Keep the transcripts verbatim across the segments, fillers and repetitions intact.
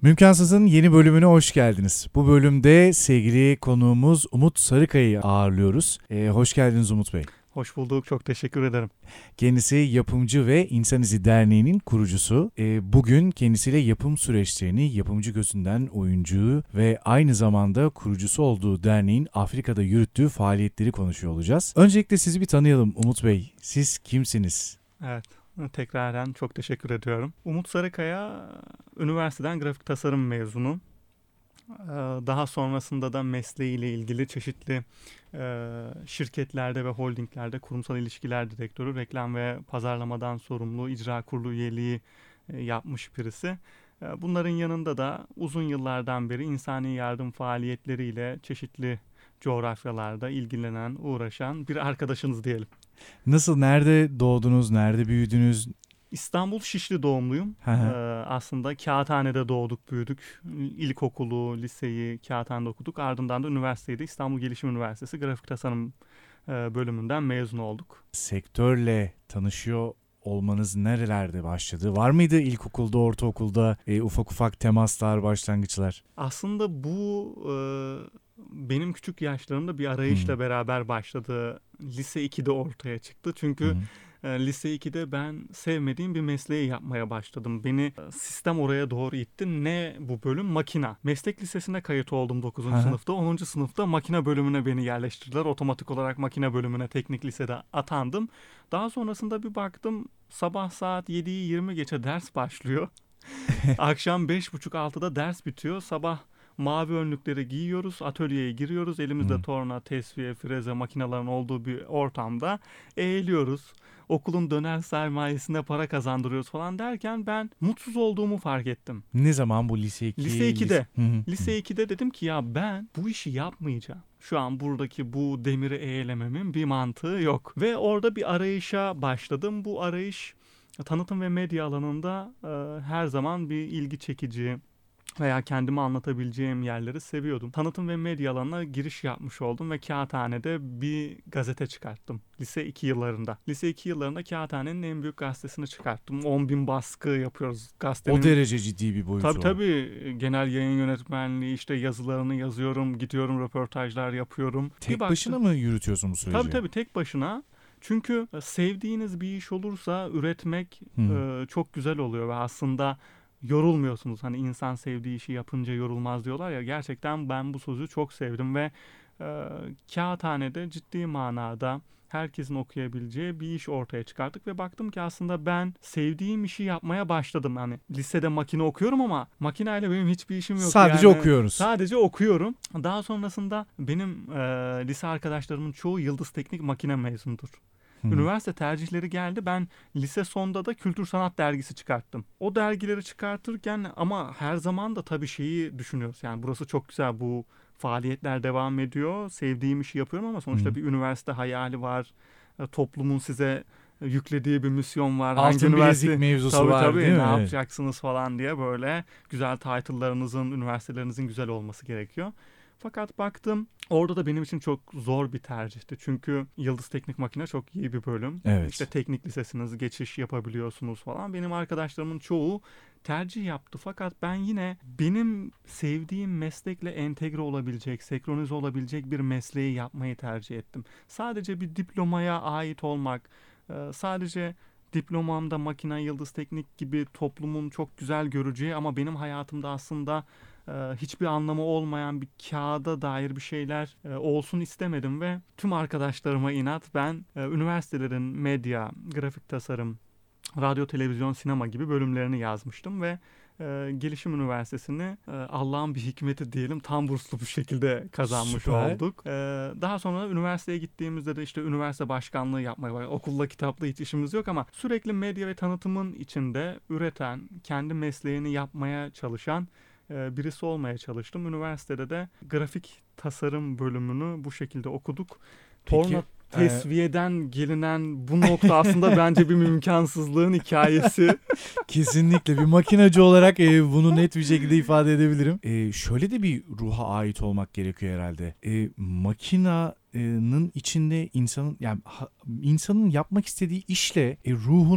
Mümkansız'ın yeni bölümüne hoş geldiniz. Bu bölümde sevgili konuğumuz Umut Sarıkaya'yı ağırlıyoruz. Ee, hoş geldiniz Umut Bey. Hoş bulduk, çok teşekkür ederim. Kendisi Yapımcı ve İnsan İzi Derneği'nin kurucusu. Ee, bugün kendisiyle yapım süreçlerini, yapımcı gözünden oyuncu ve aynı zamanda kurucusu olduğu derneğin Afrika'da yürüttüğü faaliyetleri konuşuyor olacağız. Öncelikle sizi bir tanıyalım Umut Bey. Siz kimsiniz? Evet, tekrardan çok teşekkür ediyorum. Umut Sarıkaya, üniversiteden grafik tasarım mezunu. Daha sonrasında da mesleğiyle ilgili çeşitli şirketlerde ve holdinglerde kurumsal ilişkiler direktörü, reklam ve pazarlamadan sorumlu icra kurulu üyeliği yapmış birisi. Bunların yanında da uzun yıllardan beri insani yardım faaliyetleriyle çeşitli coğrafyalarda ilgilenen, uğraşan bir arkadaşınız diyelim. Nasıl, nerede doğdunuz, nerede büyüdünüz? İstanbul Şişli doğumluyum. ee, aslında Kağıthane'de doğduk, büyüdük. İlkokulu, liseyi Kağıthane'de okuduk. Ardından da üniversiteyi de İstanbul Gelişim Üniversitesi Grafik Tasarım e, bölümünden mezun olduk. Sektörle tanışıyor olmanız nerelerde başladı? Var mıydı ilkokulda, ortaokulda e, ufak ufak temaslar, başlangıçlar? Aslında bu e, benim küçük yaşlarımda bir arayışla hmm. beraber başladı. Lise ikide ortaya çıktı. Çünkü hmm. Lise ikide ben sevmediğim bir mesleği yapmaya başladım. Beni sistem oraya doğru itti. Ne bu bölüm? Makina. Meslek lisesine kayıt oldum dokuzuncu sınıfta. onuncu sınıfta makine bölümüne beni yerleştirdiler. Otomatik olarak makine bölümüne teknik lisede atandım. Daha sonrasında bir baktım sabah saat yediyi yirmi geçe ders başlıyor. Akşam beş buçuk altıda ders bitiyor. Sabah mavi önlükleri giyiyoruz, atölyeye giriyoruz. Elimizde hmm. torna, tesviye, freze makinelerin olduğu bir ortamda eğiliyoruz. Okulun döner sermayesine para kazandırıyoruz falan derken ben mutsuz olduğumu fark ettim. Ne zaman bu lise iki? Lise ikide. Lise ikide dedim ki ya ben bu işi yapmayacağım. Şu an buradaki bu demiri eğlememin bir mantığı yok. Ve orada bir arayışa başladım. Bu arayış tanıtım ve medya alanında e, her zaman bir ilgi çekici veya kendimi anlatabileceğim yerleri seviyordum. Tanıtım ve medya alanına giriş yapmış oldum ve Kağıthane'de bir gazete çıkarttım. Lise iki yıllarında. Lise iki yıllarında Kağıthane'nin en büyük gazetesini çıkarttım. on bin baskı yapıyoruz gazetenin. O derece ciddi bir boyutu tabii, var. Tabii genel yayın yönetmenliği, işte yazılarını yazıyorum, gidiyorum röportajlar yapıyorum. Tek başına mı yürütüyorsun bu süreci? Tabii tabii tek başına. Çünkü sevdiğiniz bir iş olursa üretmek hmm. e, çok güzel oluyor ve aslında yorulmuyorsunuz. Hani insan sevdiği işi yapınca yorulmaz diyorlar ya. Gerçekten ben bu sözü çok sevdim ve e, Kağıthane'de ciddi manada herkesin okuyabileceği bir iş ortaya çıkarttık ve baktım ki aslında ben sevdiğim işi yapmaya başladım. Hani lisede makine okuyorum ama makineyle benim hiçbir işim yok. Sadece yani, okuyoruz. Sadece okuyorum. Daha sonrasında benim e, lise arkadaşlarımın çoğu Yıldız Teknik Makine mezunudur. Üniversite tercihleri geldi. Ben lise sonda da Kültür Sanat dergisi çıkarttım. O dergileri çıkartırken ama her zaman da tabii şeyi düşünüyoruz. Yani burası çok güzel, bu faaliyetler devam ediyor. Sevdiğim işi yapıyorum ama sonuçta hmm. bir üniversite hayali var. Toplumun size yüklediği bir misyon var. Altın bilezik mevzusu tabii, var tabii, değil mi? Ne yapacaksınız falan diye böyle güzel title'larınızın, üniversitelerinizin güzel olması gerekiyor. Fakat baktım orada da benim için çok zor bir tercihti. Çünkü Yıldız Teknik Makine çok iyi bir bölüm. Evet. İşte teknik lisesiniz, geçiş yapabiliyorsunuz falan. Benim arkadaşlarımın çoğu tercih yaptı. Fakat ben yine benim sevdiğim meslekle entegre olabilecek, senkronize olabilecek bir mesleği yapmayı tercih ettim. Sadece bir diplomaya ait olmak, sadece diplomamda makine, Yıldız Teknik gibi toplumun çok güzel göreceği ama benim hayatımda aslında hiçbir anlamı olmayan bir kağıda dair bir şeyler olsun istemedim ve tüm arkadaşlarıma inat ben üniversitelerin medya, grafik tasarım, radyo, televizyon, sinema gibi bölümlerini yazmıştım ve Gelişim Üniversitesi'ni Allah'ın bir hikmeti diyelim tam burslu bir şekilde kazanmış Süper. olduk. Daha sonra üniversiteye gittiğimizde de işte üniversite başkanlığı yapmaya başladık. Okulla kitapla hiç işimiz yok ama sürekli medya ve tanıtımın içinde üreten, kendi mesleğini yapmaya çalışan birisi olmaya çalıştım. Üniversitede de grafik tasarım bölümünü bu şekilde okuduk. Peki, Torna tesviyeden e... gelinen bu nokta aslında bence bir mümkansızlığın hikayesi. Kesinlikle bir makinacı olarak e, bunu net bir şekilde ifade edebilirim. E, şöyle de bir ruha ait olmak gerekiyor herhalde. E, makinanın içinde insanın yani ha, insanın yapmak istediği işle e, ruhunun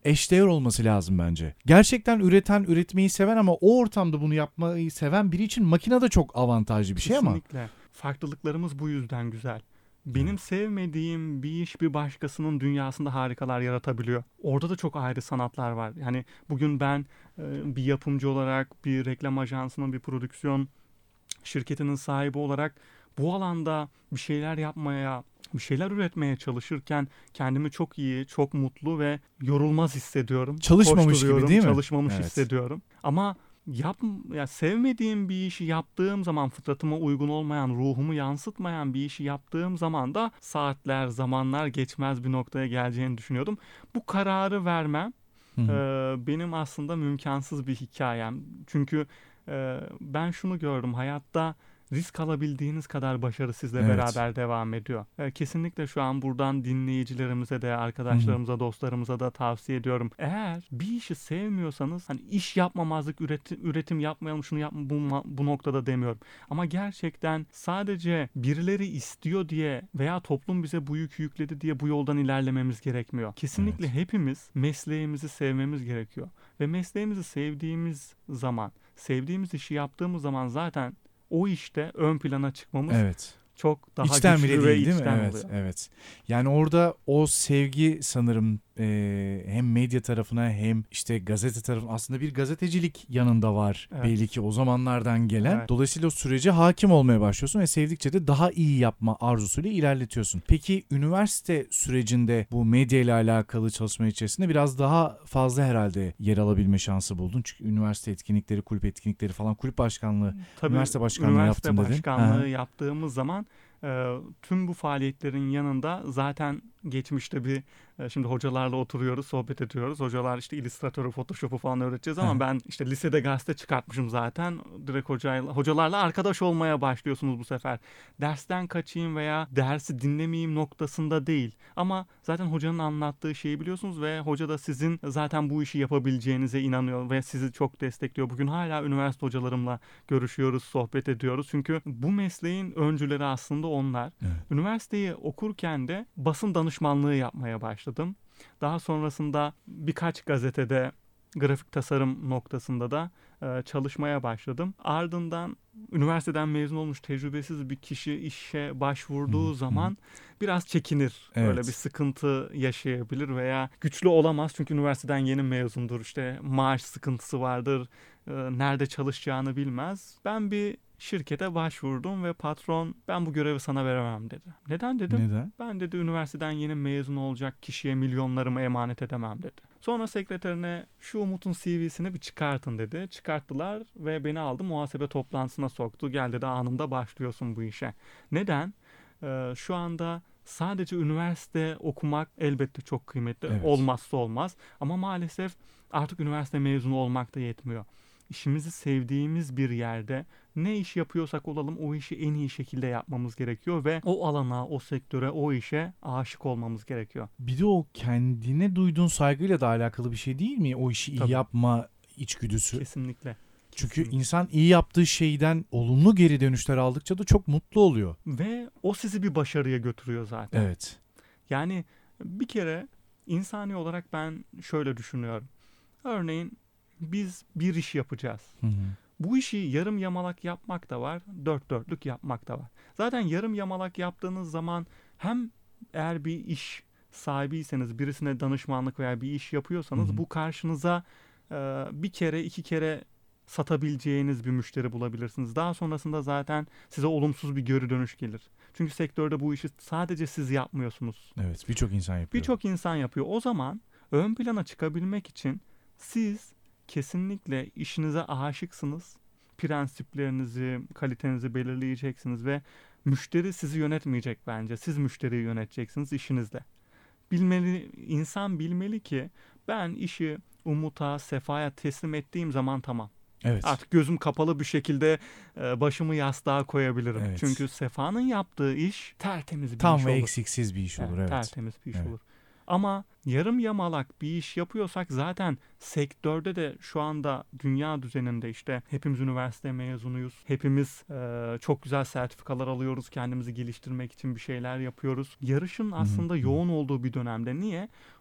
eşdeğer olması lazım bence. Gerçekten üreten, üretmeyi seven ama o ortamda bunu yapmayı seven biri için makine de çok avantajlı bir şey ama. Kesinlikle. Farklılıklarımız bu yüzden güzel. Benim evet. sevmediğim bir iş bir başkasının dünyasında harikalar yaratabiliyor. Orada da çok ayrı sanatlar var. Yani bugün ben e, bir yapımcı olarak, bir reklam ajansının, bir prodüksiyon şirketinin sahibi olarak bu alanda bir şeyler yapmaya, bir şeyler üretmeye çalışırken kendimi çok iyi, çok mutlu ve yorulmaz hissediyorum. Çalışmamış gibi değil mi? Çalışmamış evet. hissediyorum. Ama Yap, ya sevmediğim bir işi yaptığım zaman, fıtratıma uygun olmayan, ruhumu yansıtmayan bir işi yaptığım zaman da saatler, zamanlar geçmez bir noktaya geleceğini düşünüyordum. Bu kararı vermem e, benim aslında mümkansız bir hikayem. Çünkü e, ben şunu gördüm, hayatta risk alabildiğiniz kadar başarı sizle evet. beraber devam ediyor. E, kesinlikle şu an buradan dinleyicilerimize de, arkadaşlarımıza, Hı-hı. dostlarımıza da tavsiye ediyorum. Eğer bir işi sevmiyorsanız, hani iş yapmamazlık, üretim, üretim yapmayalım, şunu yapma bu, bu noktada demiyorum. Ama gerçekten sadece birileri istiyor diye veya toplum bize bu yükü yükledi diye bu yoldan ilerlememiz gerekmiyor. Kesinlikle evet. hepimiz mesleğimizi sevmemiz gerekiyor. Ve mesleğimizi sevdiğimiz zaman, sevdiğimiz işi yaptığımız zaman zaten o işte ön plana çıkmamız evet. çok daha içten güçlü bile ve değil, değil içten mi? Evet, oluyor. evet. Yani orada o sevgi sanırım e, hem medya tarafına hem işte gazete tarafına, aslında bir gazetecilik yanında var evet. belli ki o zamanlardan gelen. Evet. Dolayısıyla o sürece hakim olmaya başlıyorsun ve sevdikçe de daha iyi yapma arzusuyla ilerletiyorsun. Peki üniversite sürecinde bu medya ile alakalı çalışma içerisinde biraz daha fazla herhalde yer alabilme şansı buldun. Çünkü üniversite etkinlikleri, kulüp etkinlikleri falan, kulüp başkanlığı, Tabii, üniversite başkanlığı üniversite yaptın dedin. Üniversite başkanlığı ha. yaptığımız zaman e, tüm bu faaliyetlerin yanında zaten geçmişte bir e, şimdi hocalarla oturuyoruz, sohbet ediyoruz. Hocalar işte illüstratörü, Photoshop'u falan öğreteceğiz ama ben işte lisede gazete çıkartmışım zaten. Direkt hocayla, hocalarla arkadaş olmaya başlıyorsunuz bu sefer. Dersten kaçayım veya dersi dinlemeyeyim noktasında değil. Ama zaten hocanın anlattığı şeyi biliyorsunuz ve hoca da sizin zaten bu işi yapabileceğinize inanıyor ve sizi çok destekliyor. Bugün hala üniversite hocalarımla görüşüyoruz, sohbet ediyoruz. Çünkü bu mesleğin öncüleri aslında onlar. Evet. Üniversiteyi okurken de basın danışmanlığı yapmaya başladım. Daha sonrasında birkaç gazetede grafik tasarım noktasında da e, çalışmaya başladım. Ardından üniversiteden mezun olmuş tecrübesiz bir kişi işe başvurduğu hmm. zaman biraz çekinir. Evet. Öyle bir sıkıntı yaşayabilir veya güçlü olamaz. Çünkü üniversiteden yeni mezundur. İşte maaş sıkıntısı vardır. E, nerede çalışacağını bilmez. Ben bir şirkete başvurdum ve patron ben bu görevi sana veremem dedi. Neden dedim? Neden? Ben dedi üniversiteden yeni mezun olacak kişiye milyonlarımı emanet edemem dedi. Sonra sekreterine şu Umut'un C V'sini bir çıkartın dedi. Çıkarttılar ve beni aldı muhasebe toplantısına soktu. Gel dedi anında başlıyorsun bu işe. Neden? Ee, şu anda sadece üniversite okumak elbette çok kıymetli. Evet. Olmazsa olmaz. Ama maalesef artık üniversite mezunu olmak da yetmiyor. İşimizi sevdiğimiz bir yerde ne iş yapıyorsak olalım o işi en iyi şekilde yapmamız gerekiyor ve o alana, o sektöre, o işe aşık olmamız gerekiyor. Bir de o kendine duyduğun saygıyla da alakalı bir şey değil mi? O işi iyi Tabii. yapma içgüdüsü. Kesinlikle. Çünkü Kesinlikle. insan iyi yaptığı şeyden olumlu geri dönüşler aldıkça da çok mutlu oluyor. Ve o sizi bir başarıya götürüyor zaten. Evet. Yani bir kere insani olarak ben şöyle düşünüyorum. Örneğin biz bir iş yapacağız. Hı hı. Bu işi yarım yamalak yapmak da var, dört dörtlük yapmak da var. Zaten yarım yamalak yaptığınız zaman hem eğer bir iş sahibiyseniz, birisine danışmanlık veya bir iş yapıyorsanız hı hı. bu karşınıza e, bir kere, iki kere satabileceğiniz bir müşteri bulabilirsiniz. Daha sonrasında zaten size olumsuz bir geri dönüş gelir. Çünkü sektörde bu işi sadece siz yapmıyorsunuz. Evet, birçok insan yapıyor. Birçok insan yapıyor. O zaman ön plana çıkabilmek için siz kesinlikle işinize aşıksınız. Prensiplerinizi, kalitenizi belirleyeceksiniz ve müşteri sizi yönetmeyecek bence. Siz müşteriyi yöneteceksiniz işinizle. Bilmeli, insan bilmeli ki ben işi Umut'a, Sefa'ya teslim ettiğim zaman tamam. Evet. Artık gözüm kapalı bir şekilde başımı yastığa koyabilirim. Evet. Çünkü Sefa'nın yaptığı iş tertemiz bir Tam iş ve olur. eksiksiz bir iş olur. Evet, evet. Tertemiz bir iş evet. olur. Ama yarım yamalak bir iş yapıyorsak zaten sektörde de şu anda dünya düzeninde işte hepimiz üniversite mezunuyuz. Hepimiz e, çok güzel sertifikalar alıyoruz. Kendimizi geliştirmek için bir şeyler yapıyoruz. Yarışın aslında Hı-hı. yoğun olduğu bir dönemde. Niye?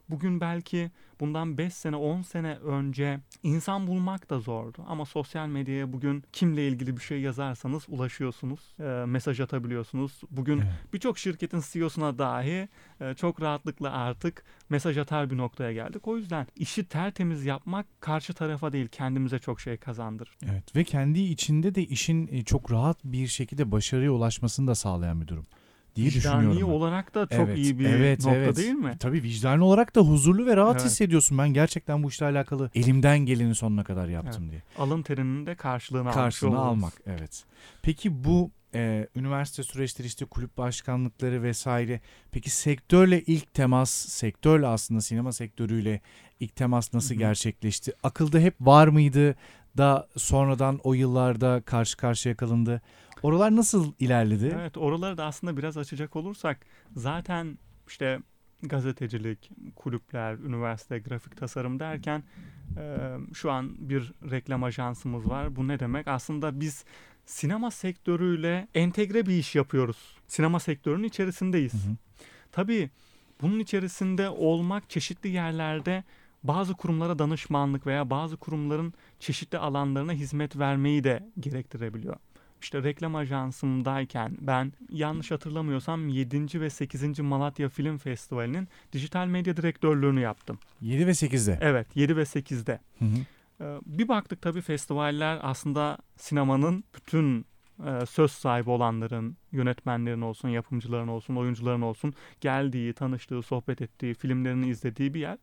Bugün belki bundan beş sene on sene önce insan bulmak da zordu. Ama sosyal medyaya bugün kimle ilgili bir şey yazarsanız ulaşıyorsunuz. E, mesaj atabiliyorsunuz. Bugün Evet. birçok şirketin C E O'suna dahi e, çok rahatlıkla artık mesaj atar bir noktaya geldik. O yüzden işi tertemiz yapmak karşı tarafa değil kendimize çok şey kazandırır. Evet ve kendi içinde de işin e, çok rahat bir şekilde başarıya ulaşmasını da sağlayan bir durum diye düşünüyorum Vicdani ben. olarak da çok Evet, iyi bir evet, nokta evet. değil mi? Tabii vicdani olarak da huzurlu ve rahat Evet. hissediyorsun. Ben gerçekten bu işle alakalı elimden geleni sonuna kadar yaptım Evet. diye. Alın terinin de karşılığını, Karşılığını almış almak, evet. Peki bu e, üniversite süreçleri, işte kulüp başkanlıkları vesaire. Peki sektörle ilk temas, sektörle aslında sinema sektörüyle ilk temas nasıl Hı hı. gerçekleşti? Akılda hep var mıydı da sonradan o yıllarda karşı karşıya kalındı? Oralar nasıl ilerledi? Evet, oraları da aslında biraz açacak olursak zaten işte gazetecilik, kulüpler, üniversite, grafik tasarım derken e, şu an bir reklam ajansımız var. Bu ne demek? Aslında biz sinema sektörüyle entegre bir iş yapıyoruz. Sinema sektörünün içerisindeyiz. Hı hı. Tabii bunun içerisinde olmak çeşitli yerlerde bazı kurumlara danışmanlık veya bazı kurumların çeşitli alanlarına hizmet vermeyi de gerektirebiliyor. İşte reklam ajansımdayken ben yanlış hatırlamıyorsam yedinci ve sekizinci Malatya Film Festivali'nin dijital medya direktörlüğünü yaptım. yedi ve sekizde. Evet, yedi ve sekizde. Hı hı. Ee, Bir baktık tabii festivaller aslında sinemanın bütün e, söz sahibi olanların, yönetmenlerin olsun, yapımcıların olsun, oyuncuların olsun geldiği, tanıştığı, sohbet ettiği, filmlerini izlediği bir yer.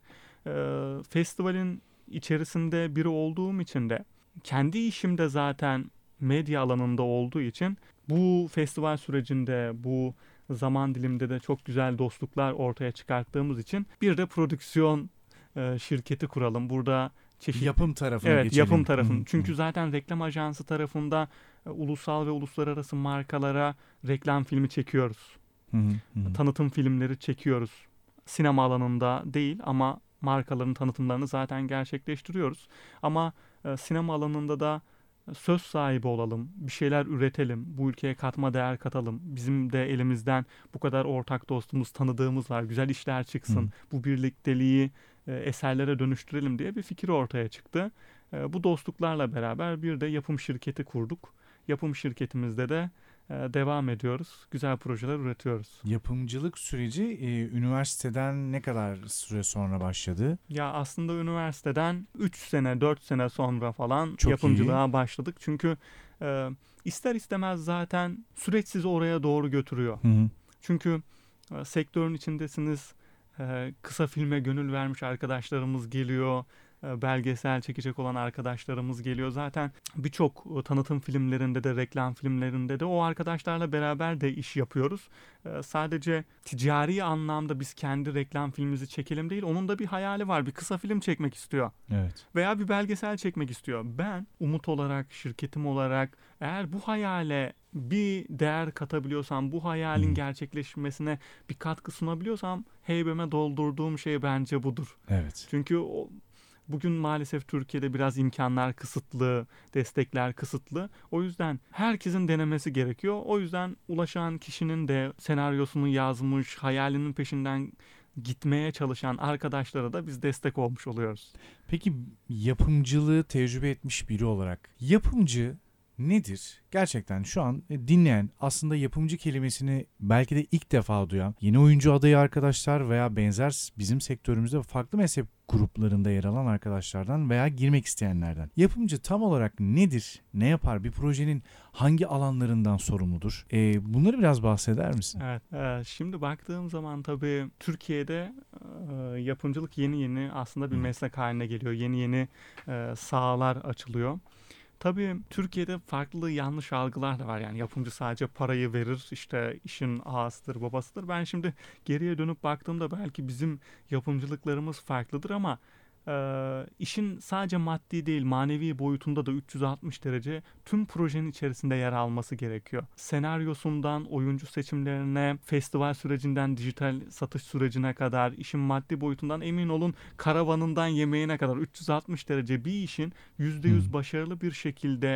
Ee, Festivalin içerisinde biri olduğum için de kendi işimde zaten medya alanında olduğu için bu festival sürecinde, bu zaman diliminde de çok güzel dostluklar ortaya çıkarttığımız için bir de prodüksiyon e, şirketi kuralım. Burada çeşitli Yapım tarafına Evet, geçelim. yapım tarafın. Hı hı. Çünkü zaten reklam ajansı tarafında e, ulusal ve uluslararası markalara reklam filmi çekiyoruz. Hı hı, hı. Tanıtım filmleri çekiyoruz. Sinema alanında değil ama markaların tanıtımlarını zaten gerçekleştiriyoruz. Ama e, sinema alanında da söz sahibi olalım, bir şeyler üretelim, bu ülkeye katma değer katalım. Bizim de elimizden bu kadar ortak dostumuz, tanıdığımız var, güzel işler çıksın, Hı. bu birlikteliği e, eserlere dönüştürelim diye bir fikir ortaya çıktı. E, bu dostluklarla beraber bir de yapım şirketi kurduk. Yapım şirketimizde de e, devam ediyoruz, güzel projeler üretiyoruz. Yapımcılık süreci e, üniversiteden ne kadar süre sonra başladı? Ya aslında üniversiteden üç sene, dört sene sonra falan Çok yapımcılığa iyi. başladık. Çünkü e, ister istemez zaten süreç sizi oraya doğru götürüyor. Hı hı. Çünkü e, sektörün içindesiniz. E, kısa filme gönül vermiş arkadaşlarımız geliyor. E, belgesel çekecek olan arkadaşlarımız geliyor. Zaten birçok e, tanıtım filmlerinde de, reklam filmlerinde de o arkadaşlarla beraber de iş yapıyoruz. E, sadece ticari anlamda biz kendi reklam filmimizi çekelim değil, onun da bir hayali var. Bir kısa film çekmek istiyor. Evet. Veya bir belgesel çekmek istiyor. Ben Umut olarak, şirketim olarak eğer bu hayale bir değer katabiliyorsam, bu hayalin Hmm. gerçekleşmesine bir katkı sunabiliyorsam heybeme doldurduğum şey bence budur. Evet. Çünkü o, bugün maalesef Türkiye'de biraz imkanlar kısıtlı, destekler kısıtlı. O yüzden herkesin denemesi gerekiyor. O yüzden ulaşan kişinin de senaryosunu yazmış, hayalinin peşinden gitmeye çalışan arkadaşlara da biz destek olmuş oluyoruz. Peki yapımcılığı tecrübe etmiş biri olarak yapımcı nedir? Gerçekten şu an dinleyen, aslında yapımcı kelimesini belki de ilk defa duyan yeni oyuncu adayı arkadaşlar veya benzer bizim sektörümüzde farklı meslek gruplarında yer alan arkadaşlardan veya girmek isteyenlerden. Yapımcı tam olarak nedir? Ne yapar? Bir projenin hangi alanlarından sorumludur? Ee, bunları biraz bahseder misin? Evet. E, şimdi baktığım zaman tabii Türkiye'de e, yapımcılık yeni yeni aslında bir Hı. meslek haline geliyor. Yeni yeni e, sahalar açılıyor. Tabii Türkiye'de farklı yanlış algılar da var. Yani yapımcı sadece parayı verir, işte işin ağasıdır, babasıdır. Ben şimdi geriye dönüp baktığımda belki bizim yapımcılıklarımız farklıdır ama e, işin sadece maddi değil, manevi boyutunda da üç yüz altmış derece tüm projenin içerisinde yer alması gerekiyor. Senaryosundan oyuncu seçimlerine, festival sürecinden dijital satış sürecine kadar, işin maddi boyutundan emin olun karavanından yemeğine kadar üç yüz altmış derece bir işin yüzde yüz Hı. başarılı bir şekilde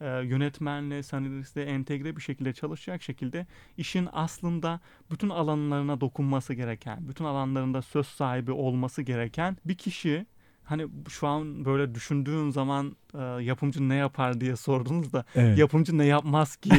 e, yönetmenle, senaristle entegre bir şekilde çalışacak şekilde işin aslında bütün alanlarına dokunması gereken, bütün alanlarında söz sahibi olması gereken bir kişi. Hani şu an böyle düşündüğüm zaman e, yapımcı ne yapar diye sordunuz da Evet. yapımcı ne yapmaz ki?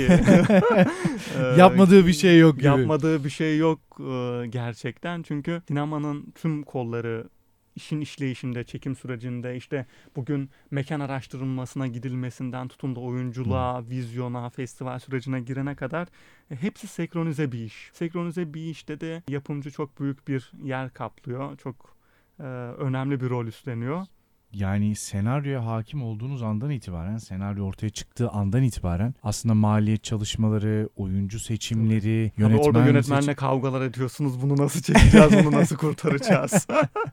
e, Yapmadığı bir şey yok gibi. Yapmadığı bir şey yok e, gerçekten. Çünkü sinemanın tüm kolları işin işleyişinde, çekim sürecinde işte bugün mekan araştırılmasına gidilmesinden tutun da oyunculuğa, hmm. vizyona, festival sürecine girene kadar e, hepsi senkronize bir iş. Senkronize bir işte de yapımcı çok büyük bir yer kaplıyor. Çok e, önemli bir rol üstleniyor. Yani senaryoya hakim olduğunuz andan itibaren, senaryo ortaya çıktığı andan itibaren aslında maliyet çalışmaları, oyuncu seçimleri, Tabii. yönetmen Tabii orada yönetmenle seçim... kavgalar ediyorsunuz. Bunu nasıl çekeceğiz, bunu nasıl kurtaracağız?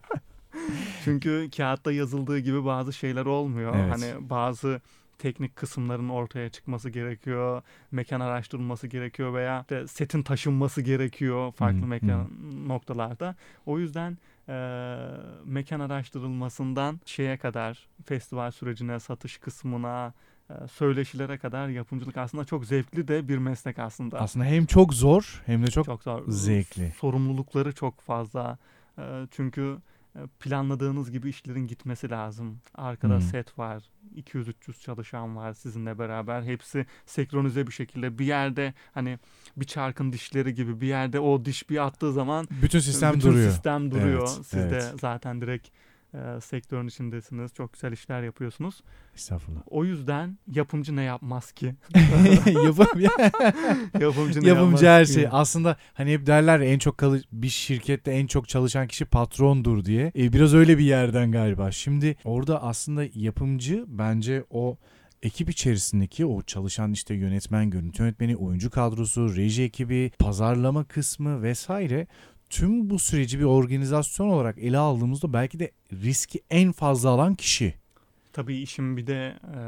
Çünkü kağıtta yazıldığı gibi bazı şeyler olmuyor. Evet. Hani bazı teknik kısımların ortaya çıkması gerekiyor. Mekan araştırılması gerekiyor veya işte setin taşınması gerekiyor farklı hmm, mekan hmm. noktalarda. O yüzden e, mekan araştırılmasından şeye kadar, festival sürecine, satış kısmına, e, söyleşilere kadar yapımcılık aslında çok zevkli de bir meslek aslında. Aslında hem çok zor hem de çok, çok zor. Zevkli. Sorumlulukları çok fazla. E, çünkü planladığınız gibi işlerin gitmesi lazım. Arkada hmm. set var. iki yüz üç yüz çalışan var sizinle beraber. Hepsi senkronize bir şekilde. Bir yerde hani bir çarkın dişleri gibi bir yerde o diş bir attığı zaman bütün sistem bütün duruyor. sistem duruyor. Evet, Siz evet. de zaten direkt e, sektörün içindesiniz. Çok güzel işler yapıyorsunuz. Estağfurullah. O yüzden yapımcı ne yapmaz ki? Yapım yapımcı ne Yapımcı her ki? şey. Aslında hani hep derler en çok kalı- bir şirkette en çok çalışan kişi patrondur diye. E, biraz öyle bir yerden galiba. Şimdi orada aslında yapımcı bence o ekip içerisindeki o çalışan işte yönetmen, görüntü yönetmeni, oyuncu kadrosu, reji ekibi, pazarlama kısmı vesaire, tüm bu süreci bir organizasyon olarak ele aldığımızda belki de riski en fazla alan kişi. Tabii işin bir de e,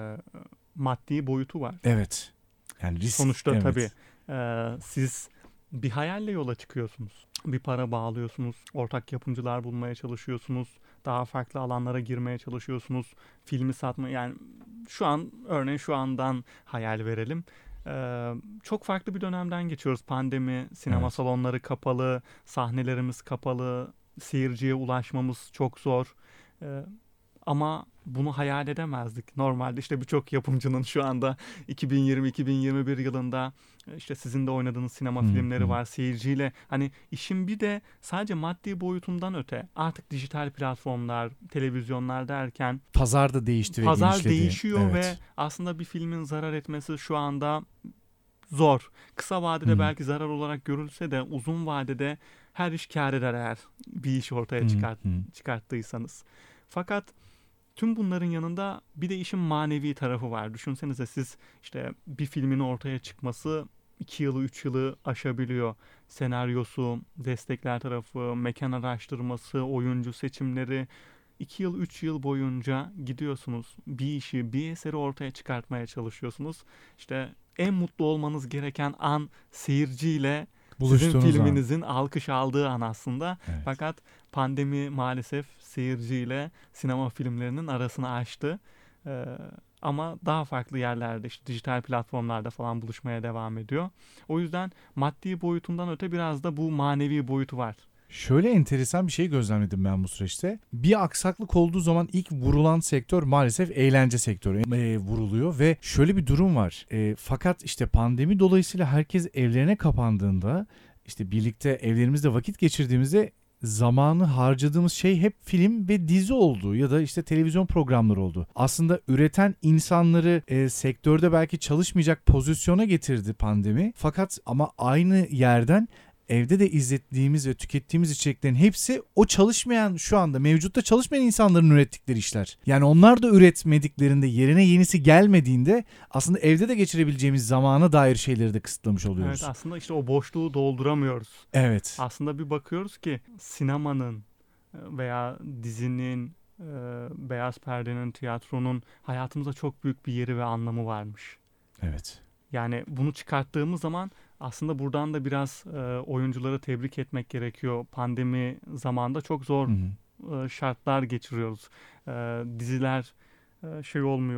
maddi boyutu var. Evet. Yani risk. Sonuçta evet. tabii e, siz bir hayalle yola çıkıyorsunuz. Bir para bağlıyorsunuz. Ortak yapımcılar bulmaya çalışıyorsunuz. Daha farklı alanlara girmeye çalışıyorsunuz. Filmi satma, yani şu an örneğin şu andan hayal verelim. Ee, çok farklı bir dönemden geçiyoruz. Pandemi, sinema evet. salonları kapalı, sahnelerimiz kapalı, seyirciye ulaşmamız çok zor. Ee, ama bunu hayal edemezdik. Normalde işte birçok yapımcının şu anda iki bin yirmi iki bin yirmi bir yılında işte sizin de oynadığınız sinema hmm, filmleri hmm. var. Seyirciyle hani işin bir de sadece maddi boyutundan öte artık dijital platformlar, televizyonlar derken pazar da değişti ve pazar genişledi. değişiyor evet. ve aslında bir filmin zarar etmesi şu anda zor. Kısa vadede hmm. belki zarar olarak görülse de uzun vadede her iş kâr eder eğer bir iş ortaya hmm, çıkart, hmm. çıkarttıysanız. Fakat tüm bunların yanında bir de işin manevi tarafı var. Düşünsenize siz işte bir filmin ortaya çıkması iki yılı üç yılı aşabiliyor. Senaryosu, destekler tarafı, mekan araştırması, oyuncu seçimleri. iki yıl üç yıl boyunca gidiyorsunuz. Bir işi, bir eseri ortaya çıkartmaya çalışıyorsunuz. İşte en mutlu olmanız gereken an seyirciyle sizin filminizin an. alkış aldığı an aslında. Evet. Fakat pandemi maalesef seyirciyle sinema filmlerinin arasını açtı. Ee, ama daha farklı yerlerde işte dijital platformlarda falan buluşmaya devam ediyor. O yüzden maddi boyutundan öte biraz da bu manevi boyutu var. Şöyle enteresan bir şey gözlemledim ben bu süreçte. Bir aksaklık olduğu zaman ilk vurulan sektör maalesef eğlence sektörü e, vuruluyor ve şöyle bir durum var. E, fakat işte pandemi dolayısıyla herkes evlerine kapandığında, işte birlikte evlerimizde vakit geçirdiğimizde zamanı harcadığımız şey hep film ve dizi oldu ya da işte televizyon programları oldu. Aslında üreten insanları e, sektörde belki çalışmayacak pozisyona getirdi pandemi. Fakat ama aynı yerden evde de izlettiğimiz ve tükettiğimiz içeriklerin hepsi o çalışmayan, şu anda mevcutta çalışmayan insanların ürettikleri işler. Yani onlar da üretmediklerinde, yerine yenisi gelmediğinde aslında evde de geçirebileceğimiz zamana dair şeyleri de kısıtlamış oluyoruz. Evet, aslında işte o boşluğu dolduramıyoruz. Evet. Aslında bir bakıyoruz ki sinemanın veya dizinin, beyaz perdenin, tiyatronun hayatımızda çok büyük bir yeri ve anlamı varmış. Evet. Yani bunu çıkarttığımız zaman aslında buradan da biraz e, oyuncuları tebrik etmek gerekiyor. Pandemi zamanında çok zor hı hı. E, şartlar geçiriyoruz. E, diziler e, şey olmuyor,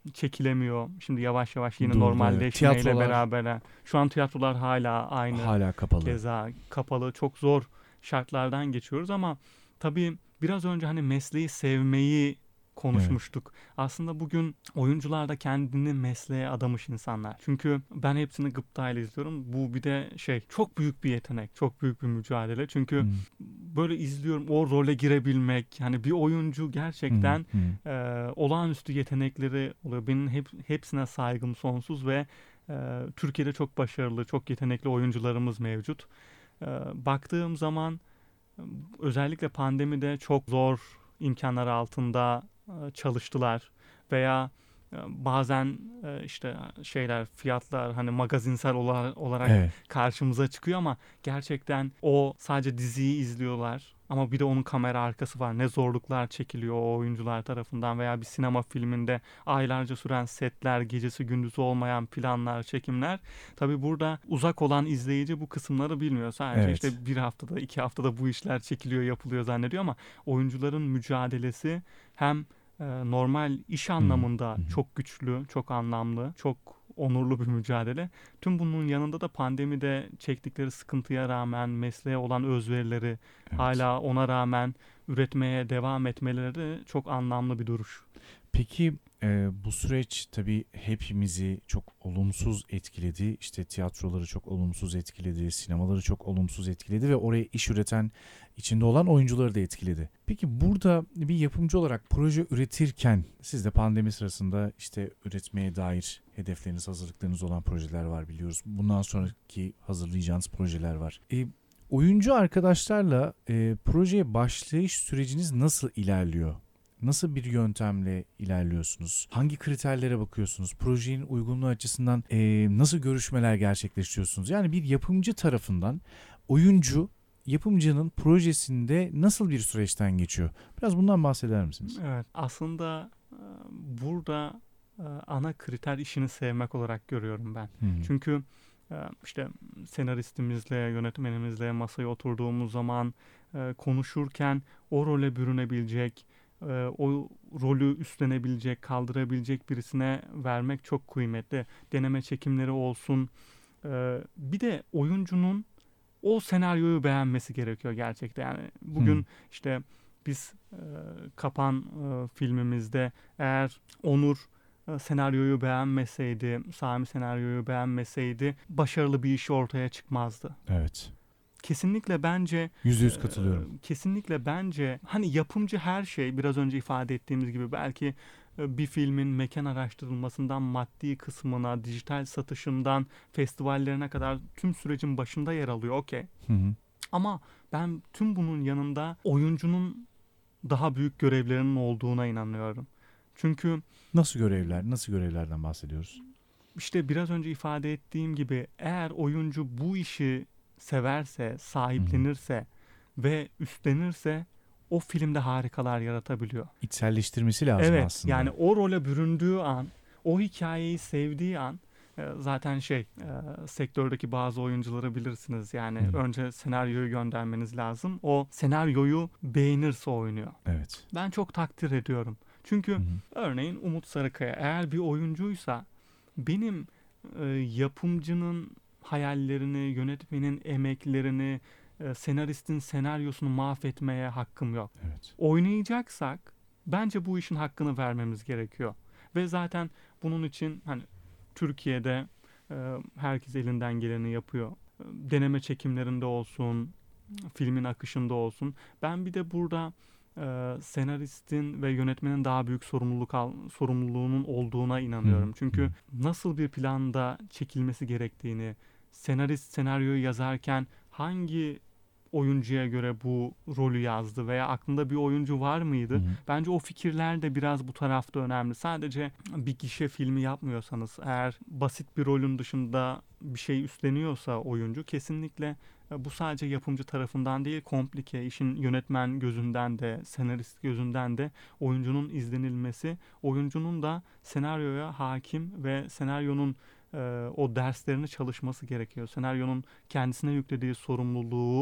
çekilemiyor. Şimdi yavaş yavaş yine Doğru, normalleşmeyle evet. Tiyatrolar- beraber. Şu an tiyatrolar hala aynı. Hala kapalı. Keza kapalı. Çok zor şartlardan geçiyoruz ama tabii biraz önce hani mesleği sevmeyi konuşmuştuk. Aslında bugün oyuncular da kendini mesleğe adamış insanlar. Çünkü ben hepsini gıptayla izliyorum. Bu bir de şey, çok büyük bir yetenek, çok büyük bir mücadele. Çünkü Hmm. böyle izliyorum, o role girebilmek. Yani bir oyuncu gerçekten Hmm, hmm. e, olağanüstü yetenekleri oluyor. Benim hep, hepsine saygım sonsuz ve e, Türkiye'de çok başarılı, çok yetenekli oyuncularımız mevcut. E, baktığım zaman özellikle pandemide çok zor imkanlar altında e, çalıştılar veya e, bazen e, işte şeyler, fiyatlar hani magazinsel ola- olarak Evet. karşımıza çıkıyor ama gerçekten o sadece diziyi izliyorlar ama bir de onun kamera arkası var. Ne zorluklar çekiliyor o oyuncular tarafından veya bir sinema filminde aylarca süren setler, gecesi gündüzü olmayan planlar, çekimler. Tabii burada uzak olan izleyici bu kısımları bilmiyor. Sadece Evet. işte bir haftada, iki haftada bu işler çekiliyor, yapılıyor zannediyor ama oyuncuların mücadelesi hem e, normal iş anlamında Hı hı. çok güçlü, çok anlamlı, çok onurlu bir mücadele. Tüm bunun yanında da pandemide çektikleri sıkıntıya rağmen mesleğe olan özverileri, Evet. hala ona rağmen üretmeye devam etmeleri çok anlamlı bir duruş. Peki e, bu süreç tabii hepimizi çok olumsuz etkiledi. İşte tiyatroları çok olumsuz etkiledi, sinemaları çok olumsuz etkiledi ve oraya iş üreten, içinde olan oyuncuları da etkiledi. Peki burada bir yapımcı olarak proje üretirken siz de pandemi sırasında işte üretmeye dair hedefleriniz, hazırlıklarınız olan projeler var biliyoruz. Bundan sonraki hazırlayacağınız projeler var. E, oyuncu arkadaşlarla e, projeye başlayış süreciniz nasıl ilerliyor? Nasıl bir yöntemle ilerliyorsunuz? Hangi kriterlere bakıyorsunuz? Projenin uygunluğu açısından e, nasıl görüşmeler gerçekleştiriyorsunuz? Yani bir yapımcı tarafından oyuncu yapımcının projesinde nasıl bir süreçten geçiyor? Biraz bundan bahseder misiniz? Evet, aslında e, burada e, ana kriter işini sevmek olarak görüyorum ben. Hmm. Çünkü e, işte senaristimizle, yönetmenimizle masaya oturduğumuz zaman e, konuşurken o role bürünebilecek, e, o rolü üstlenebilecek, kaldırabilecek birisine vermek çok kıymetli. Deneme çekimleri olsun. E, bir de oyuncunun o senaryoyu beğenmesi gerekiyor gerçekten. Yani bugün Hmm. işte biz e, Kapan e, filmimizde eğer Onur e, senaryoyu beğenmeseydi, Sami senaryoyu beğenmeseydi başarılı bir iş ortaya çıkmazdı. Evet. Kesinlikle bence Yüzde yüz e, katılıyorum. kesinlikle bence hani yapımcı her şey biraz önce ifade ettiğimiz gibi belki e, bir filmin mekan araştırılmasından maddi kısmına, dijital satışından festivallerine kadar tüm sürecin başında yer alıyor. Okey. Hı hı. Ama ben tüm bunun yanında oyuncunun daha büyük görevlerinin olduğuna inanıyorum. Çünkü Nasıl görevler, nasıl görevlerden bahsediyoruz? işte biraz önce ifade ettiğim gibi eğer oyuncu bu işi severse, sahiplenirse ve üstlenirse o filmde harikalar yaratabiliyor. İçselleştirmesi lazım Evet, aslında. yani o role büründüğü an, o hikayeyi sevdiği an e, zaten şey e, sektördeki bazı oyuncuları bilirsiniz. Yani Hı. önce senaryoyu göndermeniz lazım. O senaryoyu beğenirse oynuyor. Evet. Ben çok takdir ediyorum. Çünkü Hı hı. örneğin Umut Sarıkaya eğer bir oyuncuysa benim e, yapımcının hayallerini, yönetmenin emeklerini, e, senaristin senaryosunu mahvetmeye hakkım yok. Evet. Oynayacaksak bence bu işin hakkını vermemiz gerekiyor. Ve zaten bunun için hani Türkiye'de e, herkes elinden geleni yapıyor. E, deneme çekimlerinde olsun, filmin akışında olsun. Ben bir de burada e, senaristin ve yönetmenin daha büyük sorumluluk al, sorumluluğunun olduğuna inanıyorum. Hı. Çünkü Hı. nasıl bir planda çekilmesi gerektiğini, senarist senaryoyu yazarken hangi oyuncuya göre bu rolü yazdı veya aklında bir oyuncu var mıydı? Hı hı. Bence o fikirler de biraz bu tarafta önemli. Sadece bir gişe filmi yapmıyorsanız, eğer basit bir rolün dışında bir şey üstleniyorsa oyuncu kesinlikle bu sadece yapımcı tarafından değil, komplike, işin yönetmen gözünden de, senarist gözünden de oyuncunun izlenilmesi, oyuncunun da senaryoya hakim ve senaryonun e, o derslerini çalışması gerekiyor. Senaryonun kendisine yüklediği sorumluluğu e,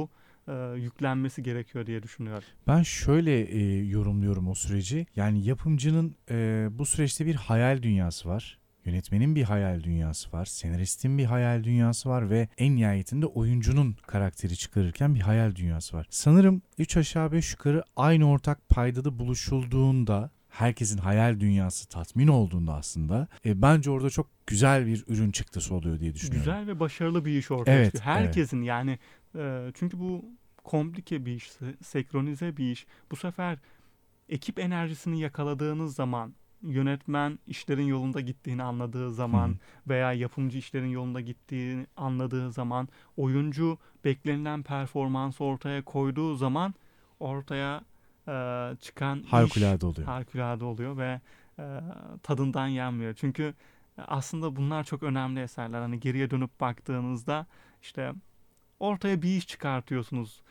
e, yüklenmesi gerekiyor diye düşünüyorum. Ben şöyle e, yorumluyorum o süreci. Yani yapımcının e, bu süreçte bir hayal dünyası var. Yönetmenin bir hayal dünyası var. Senaristin bir hayal dünyası var ve en nihayetinde oyuncunun karakteri çıkarırken bir hayal dünyası var. Sanırım üç aşağı beş yukarı aynı ortak paydada buluşulduğunda, herkesin hayal dünyası tatmin olduğunda aslında e, bence orada çok güzel bir ürün çıktısı oluyor diye düşünüyorum. Güzel ve başarılı bir iş ortaya Evet, çıkıyor. Herkesin evet. yani e, çünkü bu komplike bir iş, se- senkronize bir iş. Bu sefer ekip enerjisini yakaladığınız zaman, yönetmen işlerin yolunda gittiğini anladığı Hı hı. zaman veya yapımcı işlerin yolunda gittiğini anladığı zaman, oyuncu beklenilen performansı ortaya koyduğu zaman ortaya e, çıkan iş Harikulade oluyor. harikulade oluyor ve e, tadından yenmiyor. Çünkü aslında bunlar çok önemli eserler. Hani geriye dönüp baktığınızda işte ortaya bir iş çıkartıyorsunuz.